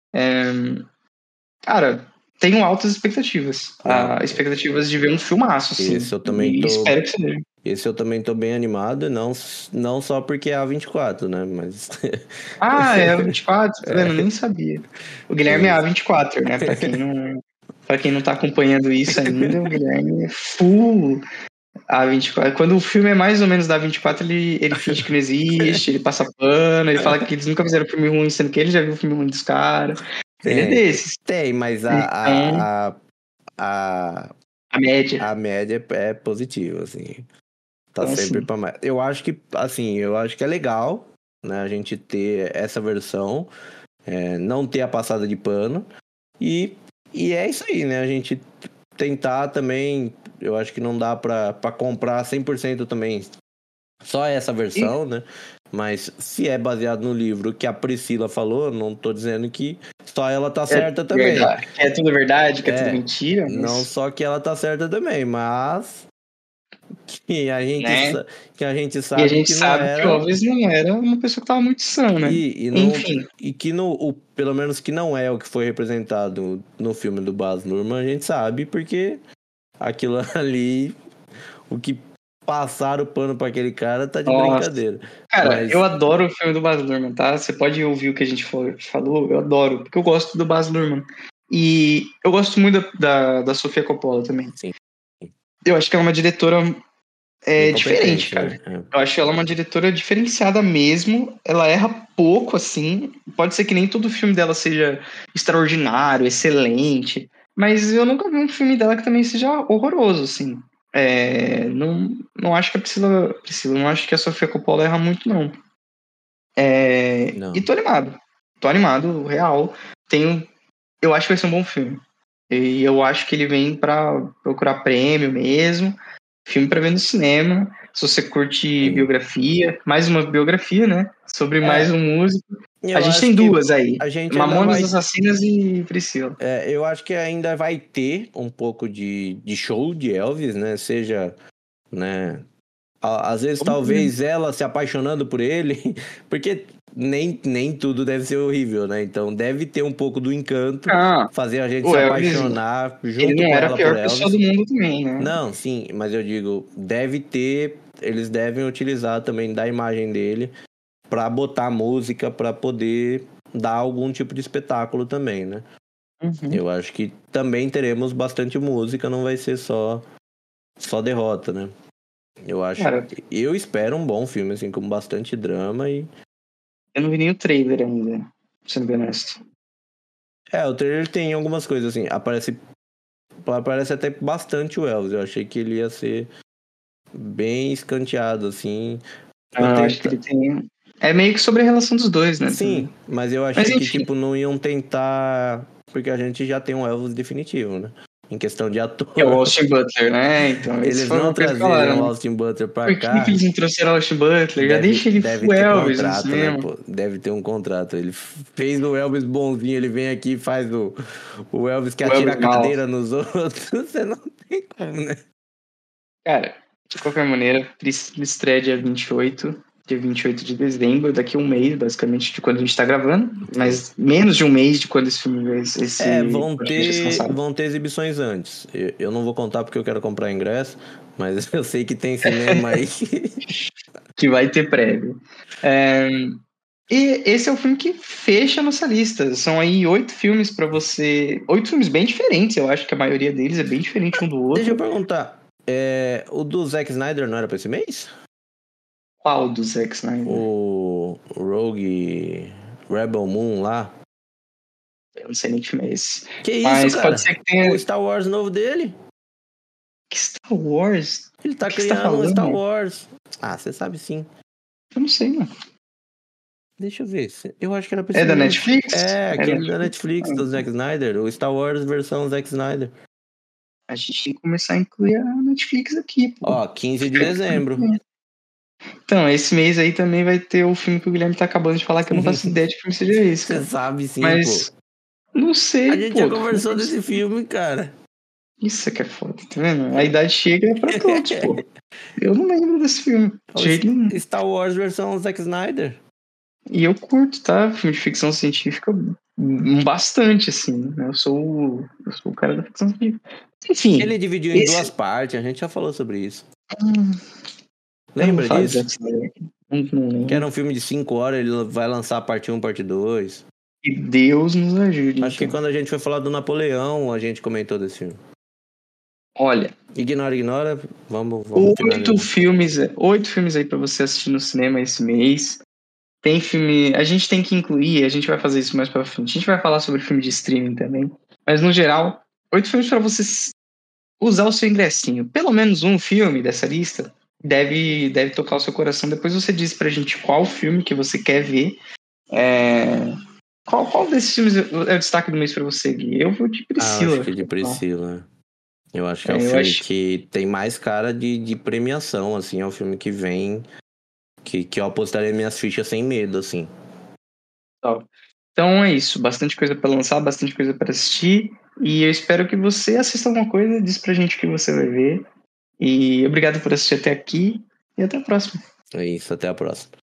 Cara, tenho altas expectativas. Expectativas de ver um filmaço, assim. Esse eu também e espero que seja. Esse eu também tô bem animado, não só porque é A24, né? Mas. É a 24, tá vendo? Nem sabia. O Guilherme é A24, né? Pra quem não tá acompanhando isso ainda, o Guilherme é full A24. Quando o filme é mais ou menos da A24, ele finge que não existe, ele passa pano, ele fala que eles nunca fizeram filme ruim, sendo que ele já viu o filme ruim dos caras. Ele é desses. Tem, mas a média. A média é positiva, assim. Tá Então, sempre assim, pra mais. Eu acho que é legal, né, a gente ter essa versão, não ter a passada de pano. E é isso aí, né? A gente tentar também, eu acho que não dá pra comprar 100% também só essa versão, né? Mas se é baseado no livro que a Priscila falou, não tô dizendo que só ela tá certa também. É tudo verdade, que é tudo mentira. Mas... Não só que ela tá certa também, mas que a gente, né? sabe, E a gente que sabe não era... que o Elvis não era uma pessoa que tava muito sã, né? Enfim. E que pelo menos que não é o que foi representado no filme do Baz Luhrmann, a gente sabe, porque aquilo ali, o que passaram o pano pra aquele cara tá de brincadeira. Cara, eu adoro o filme do Baz Luhrmann, tá? Você pode ouvir o que a gente falou, eu adoro, porque eu gosto do Baz Luhrmann. E eu gosto muito da Sofia Coppola também. Sim. Eu acho que ela é uma diretora diferente, cara. Né? Eu acho ela uma diretora diferenciada mesmo. Ela erra pouco, assim. Pode ser que nem todo filme dela seja extraordinário, excelente. Mas eu nunca vi um filme dela que também seja horroroso, assim. Não acho que a Priscila, não acho que a Sofia Coppola erra muito, não. E tô animado, real. Eu acho que vai ser um bom filme. E eu acho que ele vem pra procurar prêmio mesmo. Filme pra ver no cinema. Se você curte biografia, mais uma biografia, né? Sobre mais um músico. A gente tem duas aí. Mamonas Assassinas e Priscila. Eu acho que ainda vai ter um pouco de show de Elvis, né? Seja, né? Às vezes, talvez ela se apaixonando por ele, porque nem tudo deve ser horrível, né? Então, deve ter um pouco do encanto, fazer a gente se apaixonar junto com ela por Elvis. Ele não era a pior pessoa do mundo também, né? Não, sim, mas eu digo, eles devem utilizar também da imagem dele pra botar música, pra poder dar algum tipo de espetáculo também, né? Uhum. Eu acho que também teremos bastante música, não vai ser só derrota, né? Cara, Eu espero um bom filme, assim, com bastante drama e... eu não vi nem o trailer ainda, sendo bem honesto. O trailer tem algumas coisas, assim, aparece até bastante o Elvis. Eu achei que ele ia ser bem escanteado, assim. Tipo, Eu acho que ele tem. É meio que sobre a relação dos dois, né? Sim, Também. mas eu Mas achei que, enfim. tipo, não iam tentar... Porque a gente já tem um Elvis definitivo, né? Em questão de Que é o ator. Austin Butler, né? Então, isso Eles foi não uma coisa que trazerem falaram, o né? Austin Butler pra Por que cá, eles não trouxeram o Austin Butler? Já deixa ele deve full ter Elvis no contrato, né, cinema. pô? Deve ter um contrato. Ele fez o Elvis bonzinho, ele vem aqui e faz o Elvis que O atira Elvis a mal. cadeira nos outros. Você não tem como, né? Cara, de qualquer maneira, estreia dia 28 de dezembro, daqui a um mês, basicamente, de quando a gente tá gravando, Sim. mas menos de um mês de quando esse filme vai, esse podcast vai ser lançado. Vão ter exibições antes. Eu não vou contar porque eu quero comprar ingresso, mas eu sei que tem cinema aí. Que vai ter prévio. É, e esse é o filme que fecha a nossa lista. São aí 8 filmes para você. 8 filmes bem diferentes, eu acho que a maioria deles é bem diferente um do Deixa eu outro. perguntar. O do Zack Snyder não era pra esse mês? Qual do Zack Snyder? O Rogue Rebel Moon lá? Eu não sei nem que filme é esse. Que isso, Mas pode cara? ser que O tenha. Star Wars novo dele? Que Star Wars? Ele O tá que você tá criando um Star falando? Wars. Ah, você sabe sim. Eu não sei, mano. Deixa eu ver. Eu acho que era pra É esse da mês. Netflix? É, É aquele da Netflix? Netflix, Ah, do Zack Snyder. O Star Wars versão Zack Snyder. a gente tem que começar a incluir a Netflix aqui, pô. Ó, 15 de dezembro. Então, esse mês aí também vai ter o filme que o Guilherme tá acabando de falar que eu não faço ideia de que filme seja esse, Você cara. sabe sim, pô. Mas não A sei, gente já pô. conversou desse filme, cara. Isso é que é foda, tá vendo? A idade chega pra todos, pô. Eu não lembro desse filme, O de jeito nenhum. Star Wars versão Zack Snyder. E eu curto, tá? Filme de ficção científica bastante, assim. Né? Eu sou o cara da ficção científica. Ele Enfim, dividiu em duas esse. partes, a gente já falou sobre isso. Eu não vou Lembra falar de disso? Zack Snyder aqui. Não Que era um lembro. filme de 5 horas, ele vai lançar a parte 1, parte 2. Que Deus nos ajude, Acho que então. quando a gente foi falar do Napoleão, a gente comentou desse filme. Olha, Ignora, vamos oito finalizar. filmes, 8 filmes aí pra você assistir no cinema esse mês. Tem filme. A gente tem que incluir, a gente vai fazer isso mais pra frente. A gente vai falar sobre filme de streaming também. Mas no geral, 8 filmes pra você usar o seu ingressinho. Pelo menos um filme dessa lista deve tocar o seu coração. Depois você diz pra gente qual filme que você quer ver. É, qual desses filmes é o destaque do mês pra você, Gui? Eu vou de Ah, eu acho Priscila. que de Priscila. Eu acho que é o Eu filme acho. que tem mais cara de premiação, assim. É o filme que vem, que eu apostaria minhas fichas sem medo, assim. Ó, então é isso. Bastante coisa pra lançar, bastante coisa pra assistir. E eu espero que você assista alguma coisa, diz pra gente o que você vai ver. E obrigado por assistir até aqui. E até a próxima. É isso, até a próxima.